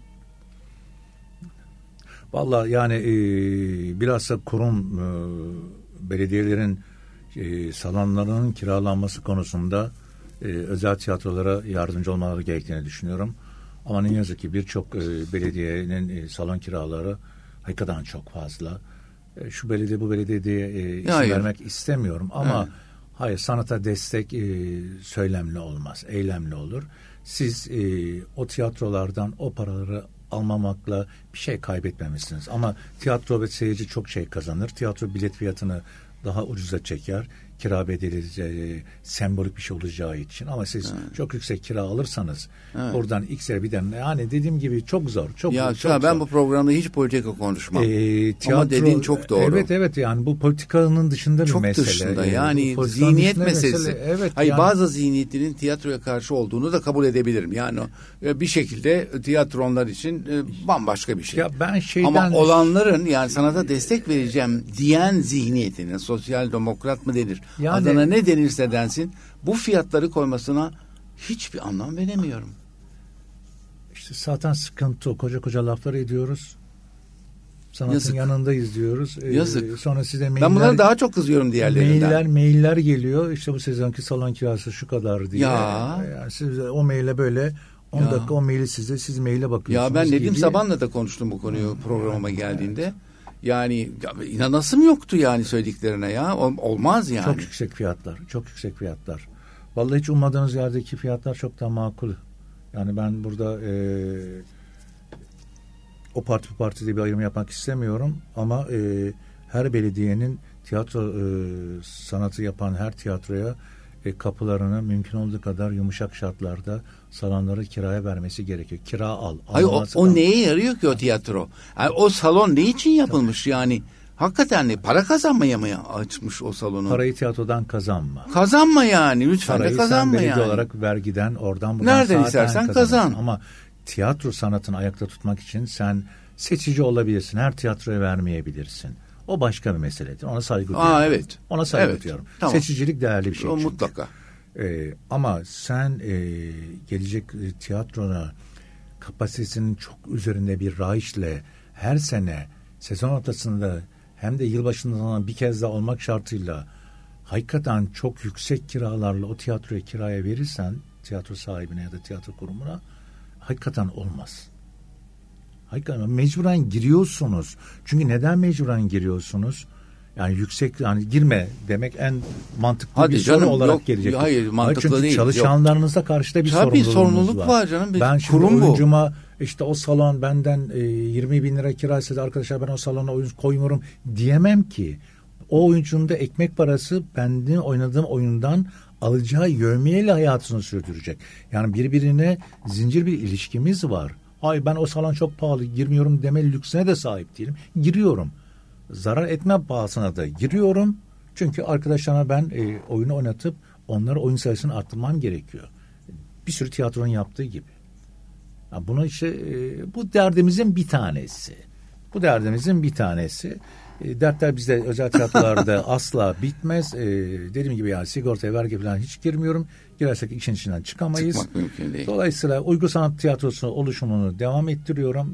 B: Vallahi yani bilhassa kurum belediyelerin salonlarının kiralanması konusunda özel tiyatrolara yardımcı olmaları gerektiğini düşünüyorum. Ama ne yazık ki birçok belediyenin salon kiraları hakikaten çok fazla. Şu belediye bu belediye diye isim vermek istemiyorum ama hayır, sanata destek söylemli olmaz, eylemli olur. Siz o tiyatrolardan o paraları almamakla bir şey kaybetmemişsiniz. Ama tiyatro ve seyirci çok şey kazanır. Tiyatro bilet fiyatını daha ucuza çeker. Kira bedeli sembolik bir şey olacağı için. Ama siz çok yüksek kira alırsanız oradan X birden, yani dediğim gibi çok zor. Çok
A: ben
B: zor.
A: bu programda hiç politika konuşmam. Ama dediğin çok doğru.
B: Evet, yani bu politikanın dışında bir mesele.
A: Çok dışında yani zihniyet meselesi.
B: Yani,
A: bazı zihniyetlerin tiyatroya karşı olduğunu da kabul edebilirim. Yani bir şekilde tiyatronlar için bambaşka bir şey.
B: Ya
A: ama olanların, yani sanata destek vereceğim diyen zihniyetinin, sosyal demokrat mı denir? Yani, adına ne denirse densin, bu fiyatları koymasına hiçbir anlam veremiyorum.
B: İşte zaten sıkıntı o. Koca laflar ediyoruz. Sanatın yanındayız diyoruz.
A: Yazık.
B: Sonra size mailler,
A: ben bunlara daha çok kızıyorum diğerlerinden.
B: Mailler geliyor. İşte bu sezonki salon kirası şu kadar diye. Yani siz o maile böyle 10 dakika o maili siz maile bakıyorsunuz.
A: Ben Nedim Saban'la da konuştum bu konuyu programıma geldiğinde. Evet. Yani inanasım yoktu yani söylediklerine ya. Olmaz yani.
B: Çok yüksek fiyatlar. Vallahi hiç ummadığınız yerdeki fiyatlar çok daha makul. Yani ben burada o parti diye bir ayrım yapmak istemiyorum ama her belediyenin tiyatro sanatı yapan her tiyatroya kapılarını mümkün olduğu kadar yumuşak şartlarda salonları kiraya vermesi gerekiyor. Kira al.
A: Hayır, o neye yarıyor ki o tiyatro? Yani o salon ne için yapılmış yani? Hakikaten para kazanmaya mı açmış o salonu?
B: Parayı tiyatrodan kazanma.
A: Kazanma yani, lütfen
B: parayı
A: de kazanma
B: yani. Parayı olarak vergiden oradan buradan
A: nereden istersen kazan.
B: Ama tiyatro sanatını ayakta tutmak için sen seçici olabilirsin. Her tiyatroya vermeyebilirsin. O başka bir meseledir. Ona saygı duyuyorum.
A: Evet.
B: Ona saygı duyuyorum. Tamam. Seçicilik değerli bir şey.
A: O çünkü. Mutlaka.
B: Ama sen gelecek tiyatrona kapasitesinin çok üzerinde bir rayişle her sene sezon ortasında hem de yılbaşında bir kez daha olmak şartıyla hakikaten çok yüksek kiralarla o tiyatroya kiraya verirsen tiyatro sahibine ya da tiyatro kurumuna hakikaten olmaz. Hakikaten mecburen giriyorsunuz. Çünkü neden mecburen giriyorsunuz? Yani yüksek, yani girme demek en mantıklı bir soru olarak gelecek.
A: Hayır, mantıklı
B: çünkü
A: değil.
B: Çalışanlarınızla karşı da bir sorumluluk
A: var canım.
B: Ben şimdi oyuncuma işte o salon benden 20.000 lira kiraysa arkadaşlar ben o salona oyun koymuyorum diyemem ki. O oyuncunun da ekmek parası benim oynadığım oyundan alacağı yevmiyeyle hayatını sürdürecek. Yani birbirine zincir bir ilişkimiz var. Ay ben o salon çok pahalı girmiyorum deme lüksüne de sahip değilim. Giriyorum. Zarar etme pahasına da giriyorum. Çünkü arkadaşlarıma ben oyunu oynatıp onlara oyun sayısını arttırmam gerekiyor. Bir sürü tiyatronun yaptığı gibi. Yani bunu işte bu derdimizin bir tanesi. Dertler bizde özel tiyatrolarda asla bitmez. Dediğim gibi yani sigortaya, vergi falan hiç girmiyorum. Girersek işin içinden çıkamayız.
A: Çıkmak mümkün değil.
B: Dolayısıyla Uygur Sanat Tiyatrosu oluşumunu devam ettiriyorum.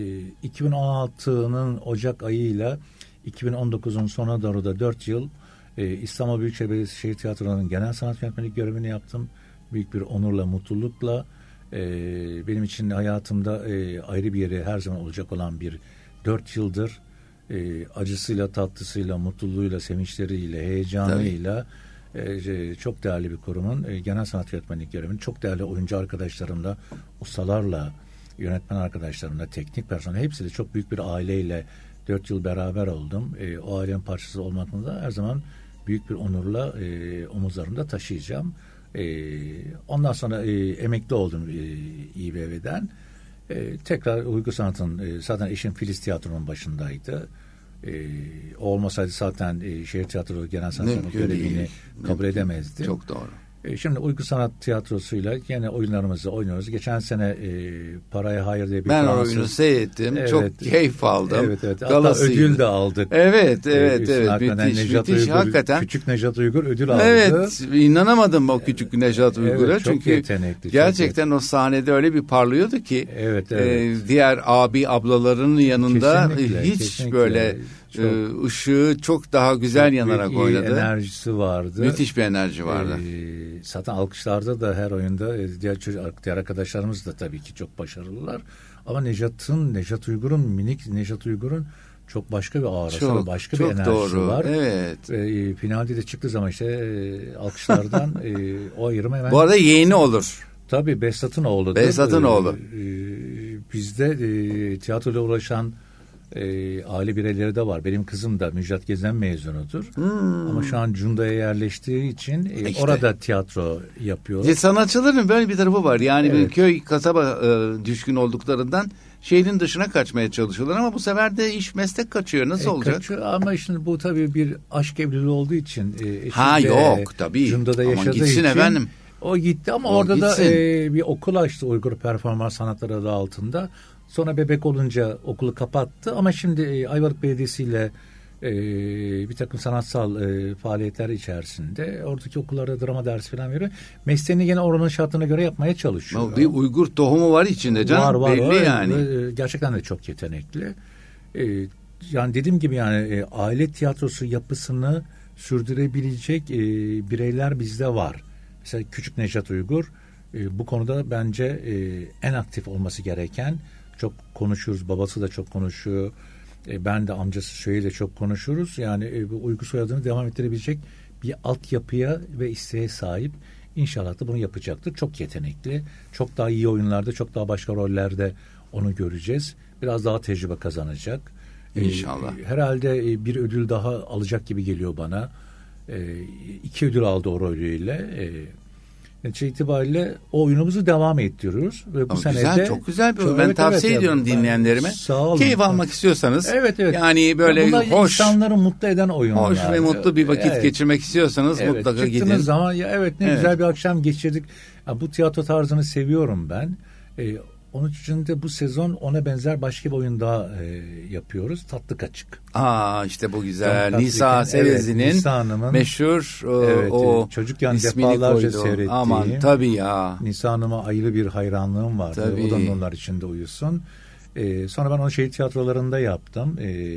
B: 2016'nın Ocak ayıyla 2019'un sona doğru da 4 yıl İstanbul Büyükşehir Belediyesi Tiyatroları'nın genel sanat yönetmenlik görevini yaptım. Büyük bir onurla, mutlulukla. Benim için hayatımda ayrı bir yeri her zaman olacak olan bir 4 yıldır acısıyla, tatlısıyla, mutluluğuyla, sevinçleriyle, heyecanıyla çok değerli bir kurumun genel sanat yönetmenlik görevini çok değerli oyuncu arkadaşlarımla, ustalarla, yönetmen arkadaşlarımla, teknik personel hepsiyle çok büyük bir aileyle 4 yıl beraber oldum. O ailenin parçası olmakla da her zaman büyük bir onurla omuzlarımda taşıyacağım. Ondan sonra emekli oldum İBB'den. Tekrar uygu sanatın, zaten eşim Filiz Tiyatro'nun başındaydı. O olmasaydı zaten şehir tiyatroları genel sanat görevini kabul edemezdi.
A: Çok doğru.
B: Şimdi uygu sanat tiyatrosuyla yine oyunlarımızı oynuyoruz. Geçen sene Paraya Hayır diye bir
A: ben oyunu seyrettim. Evet, çok keyif aldım.
B: Evet. Hatta ödül de aldık.
A: Evet. Müthiş. Hakikaten.
B: Küçük Nejat Uygur ödül aldı.
A: Evet. İnanamadım o küçük Nejat Uygur'a.
B: Evet,
A: çünkü gerçekten o sahnede öyle bir parlıyordu ki diğer abi ablalarının yanında kesinlikle. Böyle ışığı çok daha güzel yanarak oynadı.
B: Enerjisi vardı.
A: Müthiş bir enerji vardı.
B: Zaten alkışlarda da her oyunda diğer arkadaşlarımız da tabii ki çok başarılılar. Ama Nejat Uygur'un çok başka bir ağrısı, başka bir enerjisi var.
A: Evet.
B: Finalde de çıktığı zaman alkışlardan o ayrımı hemen.
A: Bu arada yeğeni olur.
B: Tabii Behzat'ın oğlu. Bizde tiyatroyla uğraşan aile bireyleri de var. Benim kızım da Müjdat Gezen mezunudur. Ama şu an Cunda'ya yerleştiği için orada tiyatro yapıyor.
A: Sanatçıların böyle bir tarafı var. Yani köy, kasaba düşkün olduklarından şehrin dışına kaçmaya çalışıyorlar ama bu sefer de iş meslek kaçıyor. Nasıl olacak?
B: Kaçıyor ama şimdi bu tabii bir aşk evliliği olduğu için.
A: Yok tabii.
B: Cunda'da yaşadığı
A: ama gitsin
B: için.
A: Efendim.
B: O gitti ama orada gitsin. Da bir okul açtı Uygur Performans Sanatları adı altında. Sonra bebek olunca okulu kapattı ama şimdi Ayvalık Belediyesi ile bir takım sanatsal faaliyetler içerisinde oradaki okullarda drama dersi falan veriyor. Mesleğini yine oranın şartlarına göre yapmaya çalışıyor.
A: Bir Uygur tohumu var içinde canım.
B: Var.
A: Belli yani.
B: Gerçekten de çok yetenekli. Yani dediğim gibi aile tiyatrosu yapısını sürdürebilecek bireyler bizde var. Mesela Küçük Nejat Uygur bu konuda bence en aktif olması gereken. Çok konuşuyoruz. Babası da çok konuşuyor. Ben de amcası Şöyle de çok konuşuyoruz. Yani bu Uygur soyadını devam ettirebilecek bir altyapıya ve isteğe sahip. İnşallah da bunu yapacaktır. Çok yetenekli. Çok daha iyi oyunlarda, çok daha başka rollerde onu göreceğiz. Biraz daha tecrübe kazanacak.
A: İnşallah.
B: Herhalde bir ödül daha alacak gibi geliyor bana. 2 ödül aldı o rolüyle. Netice itibariyle o oyunumuzu devam ettiriyoruz. Ve bu sene
A: güzel, çok güzel bir oyun. Ben tavsiye ediyorum dinleyenlerime.
B: Sağ olun.
A: Keyif almak istiyorsanız.
B: Evet.
A: Yani böyle hoş.
B: İnsanları mutlu eden oyunlar.
A: Hoş ve mutlu bir vakit geçirmek istiyorsanız mutlaka gidin.
B: Çıktığınız zaman güzel bir akşam geçirdik. Bu tiyatro tarzını seviyorum ben. Onun için de bu sezon ona benzer başka bir oyun daha yapıyoruz. Tatlı Kaçık.
A: İşte bu güzel. Nisa Sevezi'nin meşhur o
B: çocukken defalarca seyrettiğim.
A: Aman tabii ya.
B: Nisa Hanım'a ayrı bir hayranlığım vardı.
A: Tabii.
B: O da onlar içinde uyusun. Sonra ben onu şehir tiyatrolarında yaptım.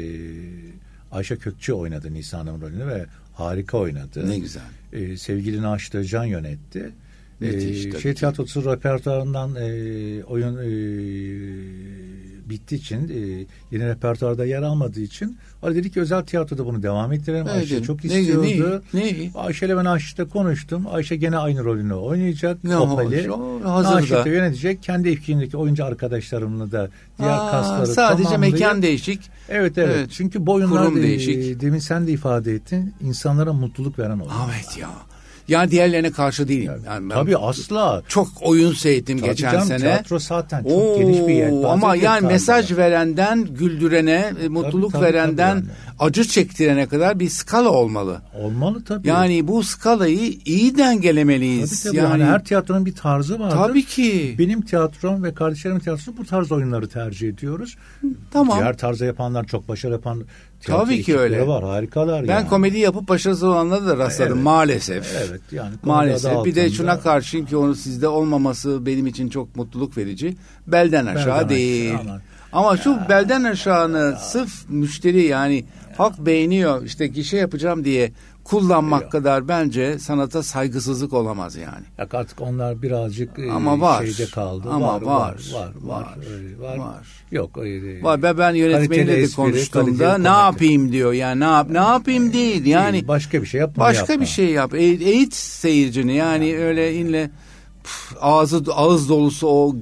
B: Ayşe Kökçü oynadı Nisa Hanım rolünü ve harika oynadı.
A: Ne güzel.
B: Sevgili Naşit Özcan yönetti.
A: Şehir
B: tiyatrosu repertuarından oyun bittiği için yeni repertuarda yer almadığı için dedik ki özel tiyatroda bunu devam ettirelim. Ayşe çok istiyordu. Ayşe ile ben Naşit'le konuştum. Ayşe gene aynı rolünü oynayacak. Naşit de yönetecek. Kendi etkinliğindeki oyuncu arkadaşlarımla da diğer kasları
A: sadece mekan değişik.
B: Evet. Çünkü bu oyunlar demin sen de ifade ettin. İnsanlara mutluluk veren oyunlar.
A: Evet ya. Yani diğerlerine karşı değilim. Yani
B: tabii asla.
A: Çok oyun seyrettim geçen sene.
B: Tiyatro zaten çok geniş bir yer.
A: Ama yani mesaj verenden güldürene, mutluluk verenden acı çektirene kadar bir skala olmalı.
B: Olmalı tabii.
A: Yani bu skalayı iyi dengelemeliyiz.
B: Tabii. Yani her tiyatronun bir tarzı vardır.
A: Tabii ki.
B: Benim tiyatrom ve kardeşlerimin tiyatrosu bu tarz oyunları tercih ediyoruz.
A: Tamam.
B: Diğer tarzda yapanlar, çok başarılı yapan
A: tabii ki öyle.
B: Var, harikalar
A: ben komedi yapıp başarısız olanlara da rastladım maalesef.
B: Evet yani.
A: Maalesef. Bir de şuna karşıyım ki onu sizde olmaması benim için çok mutluluk verici. Belden aşağı değil. Ama şu belden aşağını sırf müşteri yani halk beğeniyor işte gişe yapacağım diye kullanmak kadar bence sanata saygısızlık olamaz yani.
B: Ya artık onlar birazcık şeyde kaldı.
A: Ama var.
B: Yok.
A: Var. Ben yönetmeniyle de konuştuğumda ne yapayım diyor. Yani ne yapayım değil. Yani
B: başka bir şey yap.
A: Bir şey yap. Eğit seyircini. Yani öyle ağız dolusu o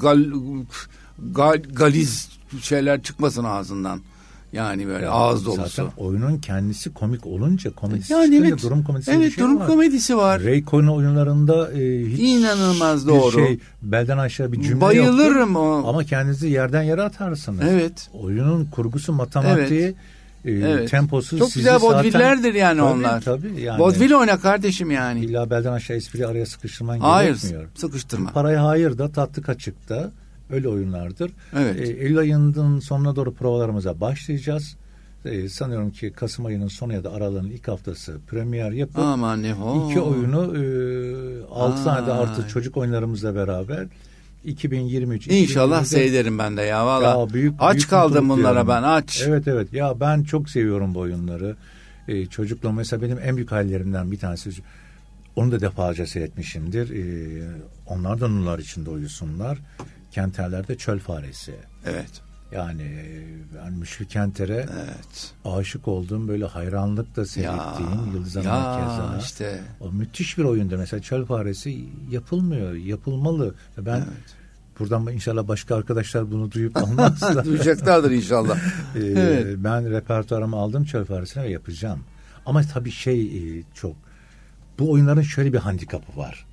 A: galiz şeyler çıkmasın ağzından. Yani böyle ağız dolusu.
B: Zaten oyunun kendisi komik olunca komedisi
A: yani
B: çıkınca durum komedisi bir şey
A: durum
B: var.
A: komedisi var.
B: Ray Cohen oyunlarında hiç
A: inanılmaz doğru.
B: Belden aşağı bir cümle
A: bayılırım
B: yoktur. Ama kendinizi yerden yere atarsınız.
A: Evet.
B: Oyunun kurgusu, matematiği, temposu.
A: Çok güzel vodvillerdir yani onlar.
B: Tabii yani.
A: Vodvil oyna kardeşim yani.
B: İlla belden aşağı espri araya sıkıştırman
A: gerekmiyor. Hayır, sıkıştırma.
B: Paraya hayır da tatlı kaçıkta. Öyle oyunlardır.
A: Evet.
B: Eylül ayının sonuna doğru provalarımıza başlayacağız. Sanıyorum ki Kasım ayının sonu ya da aralığın ilk haftası premier yapıp iki oyunu 6 tane de artı çocuk oyunlarımızla beraber 2023
A: İnşallah seyrederim ben de ya valla. Aç kaldım bunlara ben aç.
B: Evet. Ya ben çok seviyorum bu oyunları. Çocukluğum mesela benim en büyük hayallerimden bir tanesi. Onu da defalarca seyretmişimdir. Onlar da nurlar içinde uyusunlar. Kenterler'de Çöl Faresi.
A: Evet.
B: Yani Müşfik Kenter'e aşık olduğum, böyle hayranlıkla seyrettiğim Yıldız Hanım'a keza.
A: İşte.
B: O müthiş bir oyundu. Mesela Çöl Faresi yapılmıyor. Yapılmalı. Ben buradan inşallah başka arkadaşlar bunu duyup almazlar.
A: Duyacaklardır inşallah.
B: Ben repertuarımı aldım Çöl Faresi'ne ve yapacağım. Ama tabii çok. Bu oyunların şöyle bir handikapı var.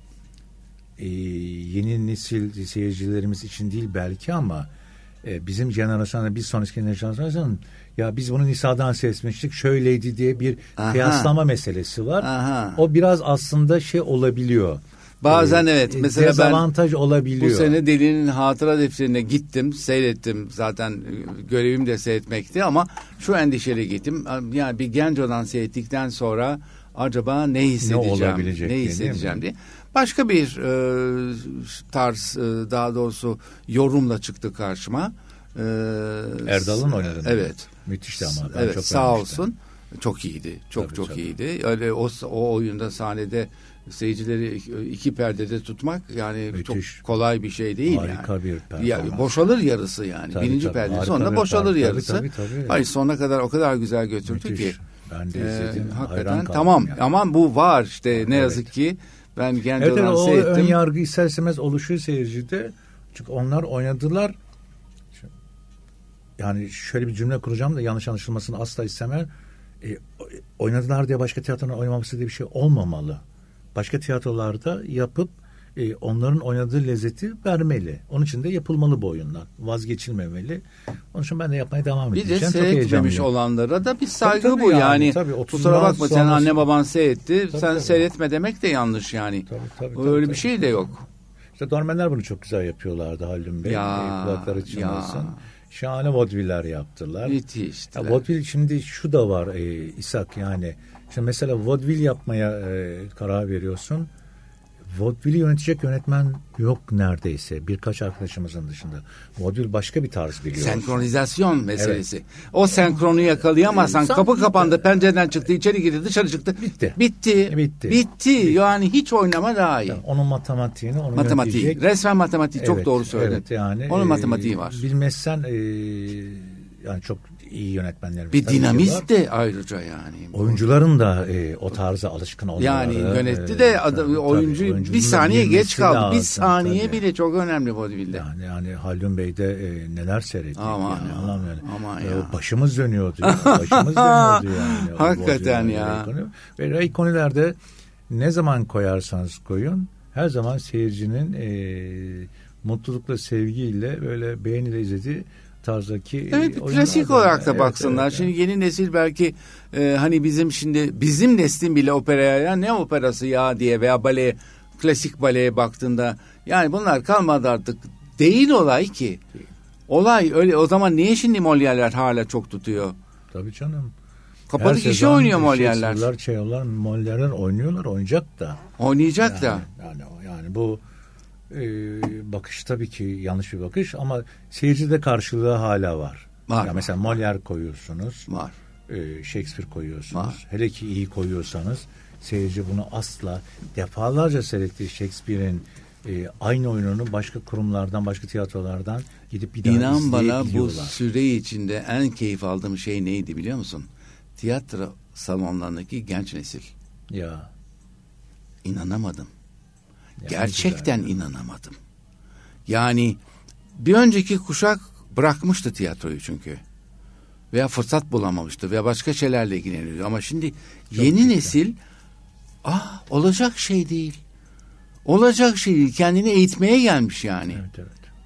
B: Yeni nesil seyircilerimiz için değil belki ama bizim jenerasyonda, bir sonraki jenerasyonda ya biz bunu Nisa'dan seyretmiştik şöyleydi diye bir kıyaslama meselesi var. O biraz aslında olabiliyor.
A: Bazen mesela
B: dezavantaj olabiliyor.
A: Bu sene Deli'nin hatıra defterine gittim, seyrettim. Zaten görevim de seyretmekti ama şu endişeli gittim. Yani bir genç olan seyrettikten sonra acaba ne hissedeceğim diye. Başka bir tarz, daha doğrusu yorumla çıktı karşıma.
B: Erdal'ın oynadı.
A: Evet.
B: Müthişti ama.
A: Evet, çok sağ olsun. Çok iyiydi. Çok iyiydi. Öyle o oyunda sahnede seyircileri iki perdede tutmak yani müthiş. Çok kolay bir şey değil.
B: Harika
A: yani.
B: Bir performans.
A: Boşalır yarısı yani. Birinci perde sonra boşalır yarısı. Tabii. Hayır, sonuna kadar o kadar güzel götürdü
B: müthiş.
A: ki.
B: Ben de izledim.
A: Hakikaten tamam yani. Ama bu var işte ne yazık ki. Ben genç olan seyrettim.
B: O ön yargı ister istemez oluşuyor seyircide. Çünkü onlar oynadılar. Yani şöyle bir cümle kuracağım da yanlış anlaşılmasını asla istemem. Oynadılar diye başka tiyatronun oynamaması diye bir şey olmamalı. Başka tiyatrolarda yapıp onların oynadığı lezzeti vermeli. Onun için de yapılmalı bu oyunlar. Vazgeçilmemeli. Onun için ben de yapmaya devam edeceğim.
A: Bir de seyretmemiş olanlara da bir saygı
B: tabii
A: bu yani.
B: Kusura
A: bakma sen anne baban seyretti. Sen seyretme demek de yanlış yani. Öyle bir şey de yok.
B: İşte Dormenler bunu çok güzel yapıyorlardı Haldun Bey. Kulakları çınlasın. Şahane vodviller yaptılar.
A: Müthiş.
B: Vodvil şimdi şu da var İshak yani. İşte mesela vodvil yapmaya karar veriyorsun. Vaudeville'i yönetecek yönetmen yok neredeyse. Birkaç arkadaşımızın dışında. Vaudeville başka bir tarz biliyor.
A: Senkronizasyon meselesi. O senkronu yakalayamazsan kapı kapandı, pencereden çıktı, içeri girdi, dışarı çıktı. Bitti. Yani hiç oynama daha iyi.
B: Yani onun matematiğini
A: yönetecek. Resmen matematiği çok doğru söyledin.
B: Evet, yani
A: onun matematiği var.
B: Bilmezsen yani çok iyi yönetmenlerimiz.
A: Bir dinamist de ayrıca yani.
B: Oyuncuların da o tarza alışkın olmaları.
A: Yani yönetti de oyuncu bir saniye geç kaldı. Lazım, bir saniye bile çok önemli vodeville'de.
B: Yani Haldun Bey'de neler seyrettik. Aman
A: ya.
B: Başımız dönüyordu. Yani.
A: Hakikaten ya.
B: Ve Ray Cohen'lerde ne zaman koyarsanız koyun her zaman seyircinin mutlulukla, sevgiyle, böyle beğeniyle izlediği tarzdaki
A: klasik olarak da baksınlar. Evet. Şimdi yeni nesil belki hani bizim neslin bile operaya ya ne operası ya diye veya klasik baleye baktığında yani bunlar kalmadı artık. Değil olay ki. Olay öyle, o zaman niye şimdi Molière'ler hala çok tutuyor?
B: Tabii canım.
A: Kapalı kişi oynuyor Molière'ler.
B: Molière'ler oynuyorlar, oynayacak da. Yani bu bakış tabii ki yanlış bir bakış ama seyircide karşılığı hala var. Ya mesela Molière koyuyorsunuz.
A: Var.
B: Shakespeare koyuyorsunuz. Hele ki iyi koyuyorsanız seyirci bunu asla defalarca seyrettiği Shakespeare'in aynı oyununu başka kurumlardan, başka tiyatrolardan gidip bir daha
A: İnan bana bu
B: izleyebiliyorlar.
A: süre içinde en keyif aldığım şey neydi biliyor musun? Tiyatro salonlarındaki genç nesil.
B: Ya.
A: İnanamadım.
B: Ya,
A: gerçekten inanamadım. Yani bir önceki kuşak bırakmıştı tiyatroyu çünkü. Veya fırsat bulamamıştı veya başka şeylerle ilgileniyordu. Ama şimdi
B: çok
A: yeni
B: güzel.
A: nesil olacak şey değil. Olacak şey değil. Kendini eğitmeye gelmiş yani.
B: Evet.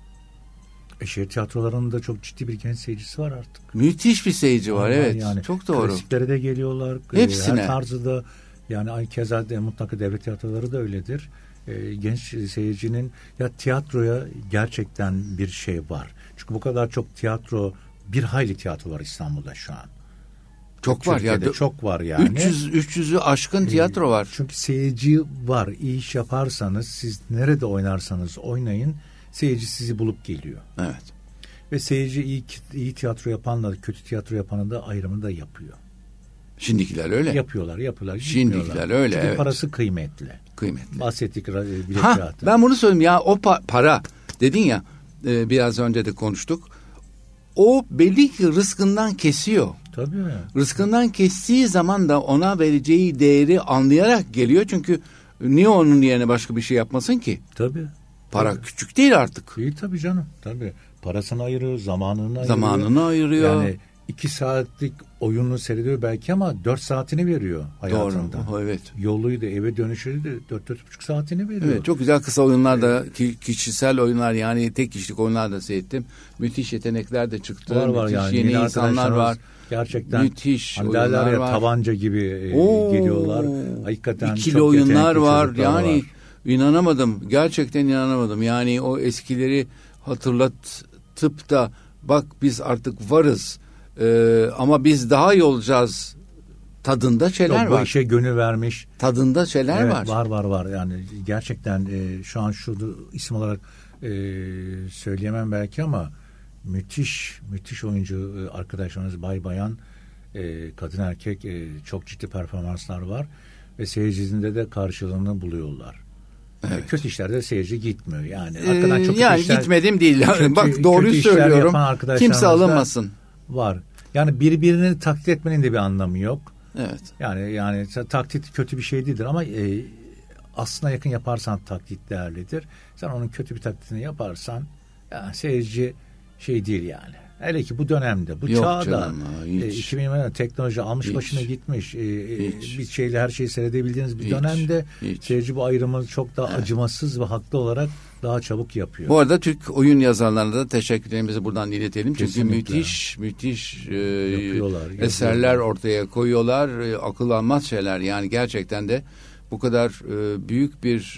B: Şehir tiyatrolarında çok ciddi bir genç seyircisi var artık.
A: Müthiş bir seyirci var, evet.
B: Yani
A: çok doğru.
B: Klasiklere de geliyorlar.
A: Hepsine.
B: Her tarzı da yani keza mutlaka devlet tiyatroları da öyledir. Genç seyircinin tiyatroya gerçekten bir şey var. Çünkü bu kadar çok tiyatro, bir hayli tiyatro var İstanbul'da şu an.
A: Çok var ya.
B: Çok var yani.
A: 300'ü aşkın tiyatro var.
B: Çünkü seyirci var. İyi iş yaparsanız, siz nerede oynarsanız oynayın, seyirci sizi bulup geliyor.
A: Evet.
B: Ve seyirci iyi tiyatro yapanla kötü tiyatro yapanın da ayrımını da yapıyor.
A: Şimdikiler öyle.
B: Yapıyorlar.
A: Şimdikiler öyle.
B: Çünkü
A: evet.
B: parası kıymetli. Bahsettik bilet fiyatı.
A: Ben bunu söyleyeyim ya, o para dedin ya, biraz önce de konuştuk. O belli ki rızkından kesiyor.
B: Tabii.
A: Rızkından kestiği zaman da ona vereceği değeri anlayarak geliyor. Çünkü niye onun yerine başka bir şey yapmasın ki?
B: Tabii.
A: Para küçük değil artık.
B: İyi tabii canım. Tabii. Parasını ayırıyor, zamanını ayırıyor. Yani 2 saatlik oyunu seyrediyor belki ama 4 saatini veriyor hayatında.
A: Doğru. Evet.
B: Yoluydu, eve dönüşüydü 4-4,5 saatini veriyor.
A: Evet, çok güzel kısa oyunlar da, kişisel oyunlar, yani tek kişilik oyunlar da seyrettim. Müthiş yetenekler de çıktı.
B: Var
A: müthiş
B: yani.
A: yeni insanlar var.
B: Gerçekten
A: müthiş
B: oyunlar var. Tabanca gibi geliyorlar. Hakikaten
A: İkili
B: çok
A: oyunlar var. Yani
B: var.
A: inanamadım. Gerçekten inanamadım. Yani o eskileri hatırlatıp da bak biz artık varız. Ama biz daha iyi olacağız tadında şeyler var.
B: Bu işe gönül vermiş.
A: Tadında şeyler var.
B: Var. Yani gerçekten şu an isim olarak söyleyemem belki ama müthiş oyuncu arkadaşlarımız, bayan, kadın erkek, çok ciddi performanslar var ve seyircisinde de karşılığını buluyorlar. Evet. Kötü işlerde seyirci gitmiyor yani. Arkadan çok
A: yani
B: işler,
A: gitmedim değil. Bak doğruyu söylüyorum. Kimse alınmasın.
B: Var. Yani birbirini taklit etmenin de bir anlamı yok.
A: Evet.
B: Yani taklit kötü bir şey değildir ama aslına yakın yaparsan taklit değerlidir. Sen onun kötü bir taklitini yaparsan seyirci şey değil yani. Hele ki bu dönemde, bu çağda 2020'de teknoloji almış başına gitmiş. Bir şeyle her şeyi seyredebildiğiniz bir dönemde seyirci bu ayrımı çok daha acımasız ve haklı olarak daha çabuk yapıyor.
A: Bu arada Türk oyun yazarlarına da teşekkürlerimizi buradan iletelim.
B: Kesinlikle.
A: Çünkü müthiş eserler ortaya koyuyorlar. Akıl almaz şeyler. Yani gerçekten de bu kadar büyük bir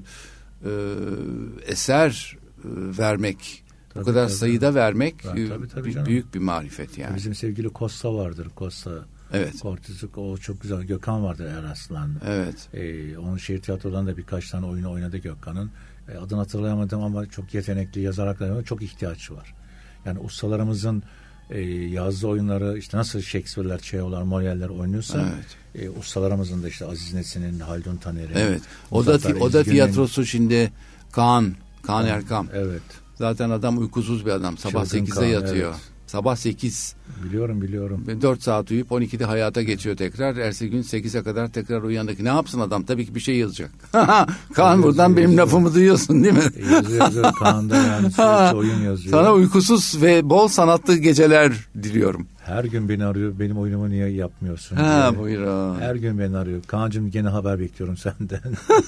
A: eser vermek, bu kadar sayıda vermek büyük bir marifet yani.
B: Bizim sevgili Costa vardır. Costa.
A: Evet.
B: Cortizuk, o çok güzel. Gökhan vardır Eraslan.
A: Evet.
B: Onun şehir tiyatrolarında da birkaç tane oyunu oynadı Gökhan'ın. Adını hatırlayamadım ama çok yetenekli yazar arkadaşlarına çok ihtiyaç var. Yani ustalarımızın yazdığı oyunları işte nasıl Shakespeare'ler, Çehovlar, Molière'ler oynuyorsa ustalarımızın da işte Aziz Nesin'in, Haldun Taner'in.
A: Evet. O da tiyatrosu şimdi Kaan Erkam.
B: Evet.
A: Zaten adam uykusuz bir adam. Sabah 8'de yatıyor. Evet. Sabah 8.
B: Biliyorum.
A: 4 saat uyuyup 12'de hayata geçiyor tekrar. Ertesi gün 8'e kadar tekrar uyandık. Ne yapsın adam? Tabii ki bir şey yazacak. Kaan buradan benim lafımı duyuyorsun değil mi?
B: Yazıyor. Kaan'da yani sürekli oyun yazıyor.
A: Sana uykusuz ve bol sanatlı geceler diliyorum.
B: Her gün beni arıyor. Benim oyunumu niye yapmıyorsun?
A: Buyurun.
B: Her gün beni arıyor. Kaan'cığım gene haber bekliyorum senden.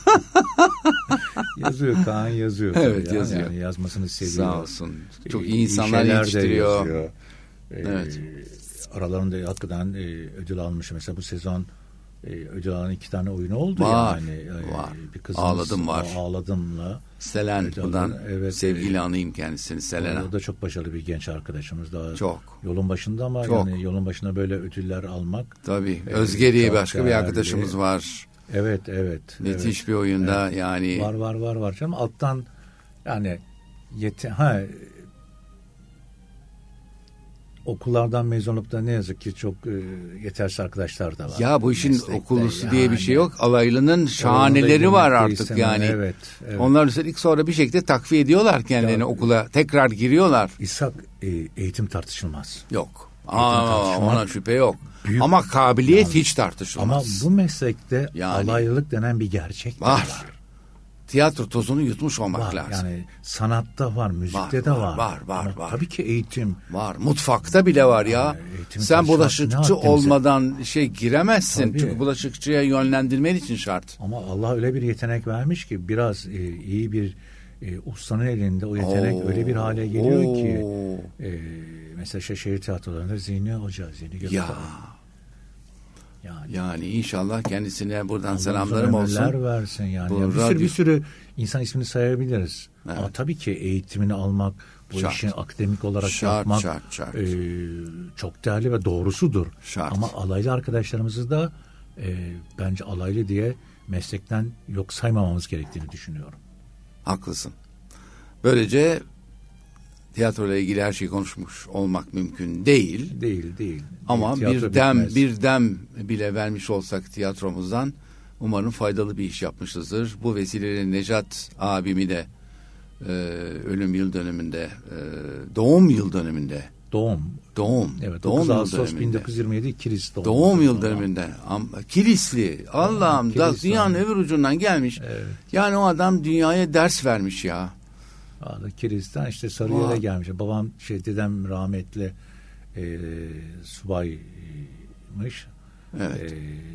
B: Yazıyor. Kaan yazıyor.
A: Evet yazıyor.
B: Yani yazmasını seviyor.
A: Sağ olsun. Çok iyi insanlar yetiştiriyor.
B: Evet. Aralarında hakikaten ödül almış. Mesela bu sezon ödül alan 2 tane oyunu oldu.
A: Var.
B: Bir kızımız
A: Ağladım var.
B: Ağladım'la.
A: Selen. Buradan sevgiyle anayım kendisini. Selena.
B: O da çok başarılı bir genç arkadaşımız. Daha
A: çok.
B: Yolun başında ama yani yolun başına böyle ödüller almak.
A: Tabii. Özge diye başka bir arkadaşımız var.
B: Evet.
A: Müthiş bir oyunda yani.
B: Var canım. Alttan yani okullardan mezun olup da ne yazık ki çok yetersiz arkadaşlar da var.
A: Ya bu işin okullusu diye bir şey yok. Alaylının şahaneleri var artık yani.
B: Evet.
A: Onlar üstelik sonra bir şekilde takviye ediyorlar kendilerini okula. Tekrar giriyorlar.
B: İshak, eğitim tartışılmaz.
A: Yok. Ona şüphe yok. Ama kabiliyet hiç tartışılmaz.
B: Ama bu meslekte alaylılık denen bir gerçek var.
A: Tiyatro tozunu yutmuş olmak lazım.
B: Yani sanatta var, müzikte de var. Var. Tabii ki eğitim.
A: Var. Mutfakta bile var ya. Sen bulaşıkçı olmadan giremezsin. Tabii. Çünkü bulaşıkçıya yönlendirmen için şart.
B: Ama Allah öyle bir yetenek vermiş ki biraz iyi bir ustanın elinde o yetenek öyle bir hale geliyor ki mesela şehir tiyatrolarında Zihni Hoca, Zihni Gökhan.
A: Yani inşallah kendisine buradan selamlarım
B: olsun.
A: Allah
B: versin yani. Bir sürü insan ismini sayabiliriz. Evet. Ama tabii ki eğitimini almak, bu işi akademik olarak yapmak çok değerli ve doğrusudur. Ama alaylı arkadaşlarımızı da bence alaylı diye meslekten yok saymamamız gerektiğini düşünüyorum.
A: Haklısın. Böylece tiyatroyla ilgili her şeyi konuşmuş olmak mümkün değil.
B: Değil.
A: Ama bir dem bile vermiş olsak tiyatromuzdan umarım faydalı bir iş yapmışızdır. Bu vesileyle Necat abimi de ölüm yıl dönümünde, doğum yıl dönümünde. Doğum.
B: Evet, 9 Ağustos 1927 Kilis doğum.
A: Doğum yıl dönümünde. Kilisli. Allah'ım dünyanın öbür ucundan gelmiş. Evet. Yani o adam dünyaya ders vermiş ya.
B: Kilis'ten işte Sarıyer'e gelmiş. Babam dedem rahmetli subaymış.
A: Evet.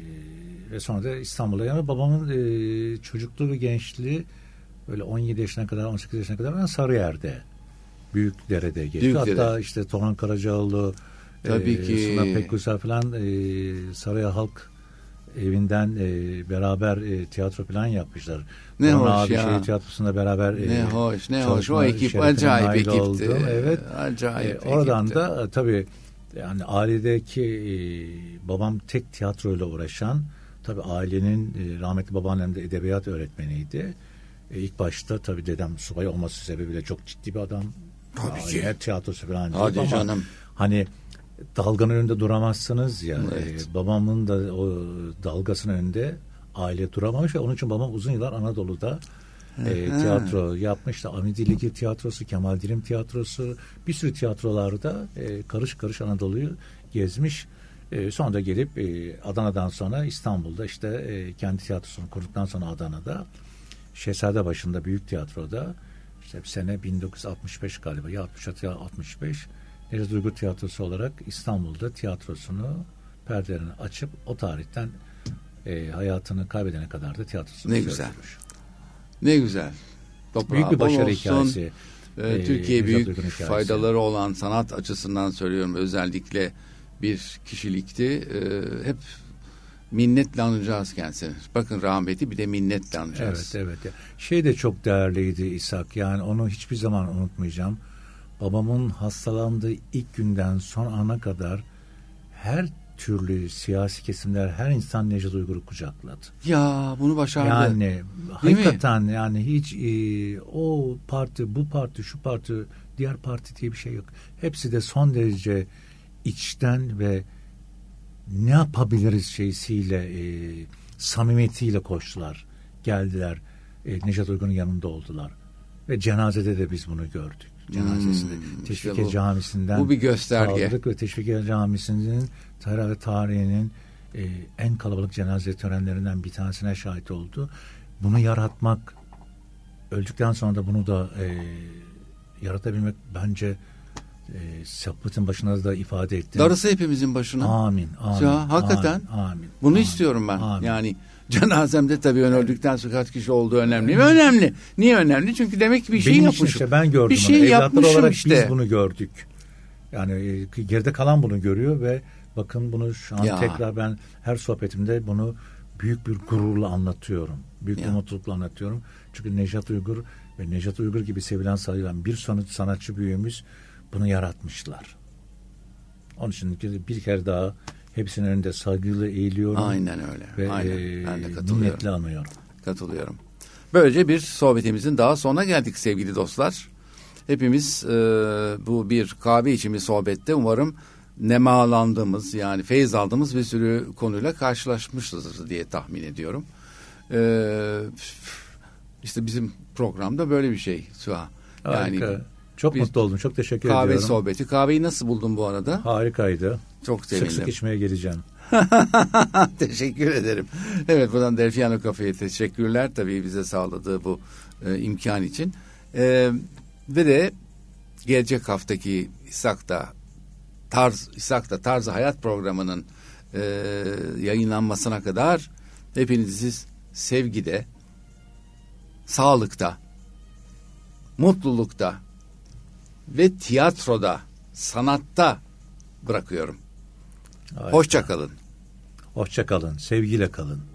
B: Ve sonra da İstanbul'a gelmiş. Babamın çocukluğu ve gençliği böyle 17 yaşına kadar 18 yaşına kadar ben Sarıyer'de Büyükdere'de geçti. Hatta işte Tohan Karacaoğlu, Suna Pekgüzel falan Sarıyer Halk Evi'nden beraber tiyatro falan yapmışlar.
A: Ne hoş ya.
B: Şehir tiyatrosunda beraber
A: ne hoş. O ekip acayip ekipti.
B: Oldum. Evet.
A: Acayip
B: oradan
A: ekipti.
B: Da tabii yani ailedeki babam tek tiyatroyla uğraşan, tabii ailenin rahmetli babaannem de edebiyat öğretmeniydi. İlk başta tabii dedem subay olması sebebiyle çok ciddi bir adam.
A: Tabii ki.
B: Her tiyatrosu falan.
A: Hadi canım.
B: Hani dalganın önünde duramazsınız ya.
A: Evet.
B: Babamın da o dalgasının önünde aile duramamış ve onun için babam uzun yıllar Anadolu'da tiyatro yapmıştı. Avni Diligi tiyatrosu, Kemal Dirim tiyatrosu, bir sürü tiyatrolarda karış karış Anadolu'yu gezmiş. Sonra da gelip Adana'dan sonra İstanbul'da kendi tiyatrosunu kurduktan sonra Adana'da Şehzadebaşı'nda büyük tiyatroda sene 1965 galiba ya 66 ya 65 Necat Uygur Tiyatrosu olarak İstanbul'da tiyatrosunu perdelerini açıp o tarihten hayatını kaybedene kadar da tiyatrosunu
A: sürdürmüş. Ne güzel.
B: Toprağı büyük bir başarı hikayesi.
A: Türkiye'ye büyük faydaları olan sanat açısından söylüyorum, özellikle bir kişilikti. Hep minnetle anacağız kendisini. Bakın rahmeti bir de minnetle anacağız.
B: Evet. De çok değerliydi İshak. Yani onu hiçbir zaman unutmayacağım. Babamın hastalandığı ilk günden son ana kadar her türlü siyasi kesimler, her insan Necat Uygur'u kucakladı.
A: Ya bunu başardı.
B: Yani hakikaten yani hiç o parti, bu parti, şu parti, diğer parti diye bir şey yok. Hepsi de son derece içten ve ne yapabiliriz şeysiyle, samimiyetiyle koştular. Geldiler. Necat Uygur'un yanında oldular. Ve cenazede de biz bunu gördük. Cenazesinde. Teşvikiye Camisi'nden
A: bu bir gösterge.
B: Ve Teşvikiye Camisi'nin tarihinin en kalabalık cenaze törenlerinden bir tanesine şahit oldu. Bunu yaratmak, öldükten sonra da bunu da yaratabilmek bence Sapıt'ın başına da ifade ettim.
A: Darısı hepimizin başına.
B: Amin.
A: Ya, hakikaten.
B: Amin.
A: Bunu istiyorum ben. Amin. Yani cenazemde tabii öldükten sonra kaç kişi olduğu önemli. Önemli. Niye önemli? Çünkü demek ki bir şey yapmışım.
B: Ben gördüm.
A: Bir şey yapmışım
B: olarak biz bunu gördük. Yani geride kalan bunu görüyor ve bakın bunu şu an tekrar ben her sohbetimde bunu büyük bir gururla anlatıyorum. Büyük bir mutlulukla anlatıyorum. Çünkü Necat Uygur ve Necat Uygur gibi sevilen sayılan bir sanatçı büyüğümüz bunu yaratmışlar. Onun için bir kere daha hepsinin önünde saygıyla eğiliyorum.
A: Aynen öyle.
B: Ve
A: ben de katılıyorum.
B: Minnetle anıyorum.
A: Katılıyorum. Böylece bir sohbetimizin daha sonuna geldik sevgili dostlar. hepimiz bu bir kahve içimi sohbette umarım nemalandığımız, yani feyiz aldığımız bir sürü konuyla karşılaşmışızdır diye tahmin ediyorum. İşte bizim programda böyle bir şey Suha.
B: Harika. Yani çok mutlu oldum. Çok teşekkür ediyorum.
A: Kahve sohbeti. Kahveyi nasıl buldun bu arada?
B: Harikaydı.
A: Çok sevindim.
B: Sık sık içmeye geleceğim.
A: Teşekkür ederim. Evet, buradan Delfiano Cafe'ye teşekkürler tabii bize sağladığı bu imkan için. Ve de gelecek haftaki İshak'ta Tarzı Hayat programının yayınlanmasına kadar hepinizi sevgide, sağlıkta, mutlulukta ve tiyatroda, sanatta bırakıyorum. Hoşça kalın.
B: Hoşça kalın. Sevgiyle kalın.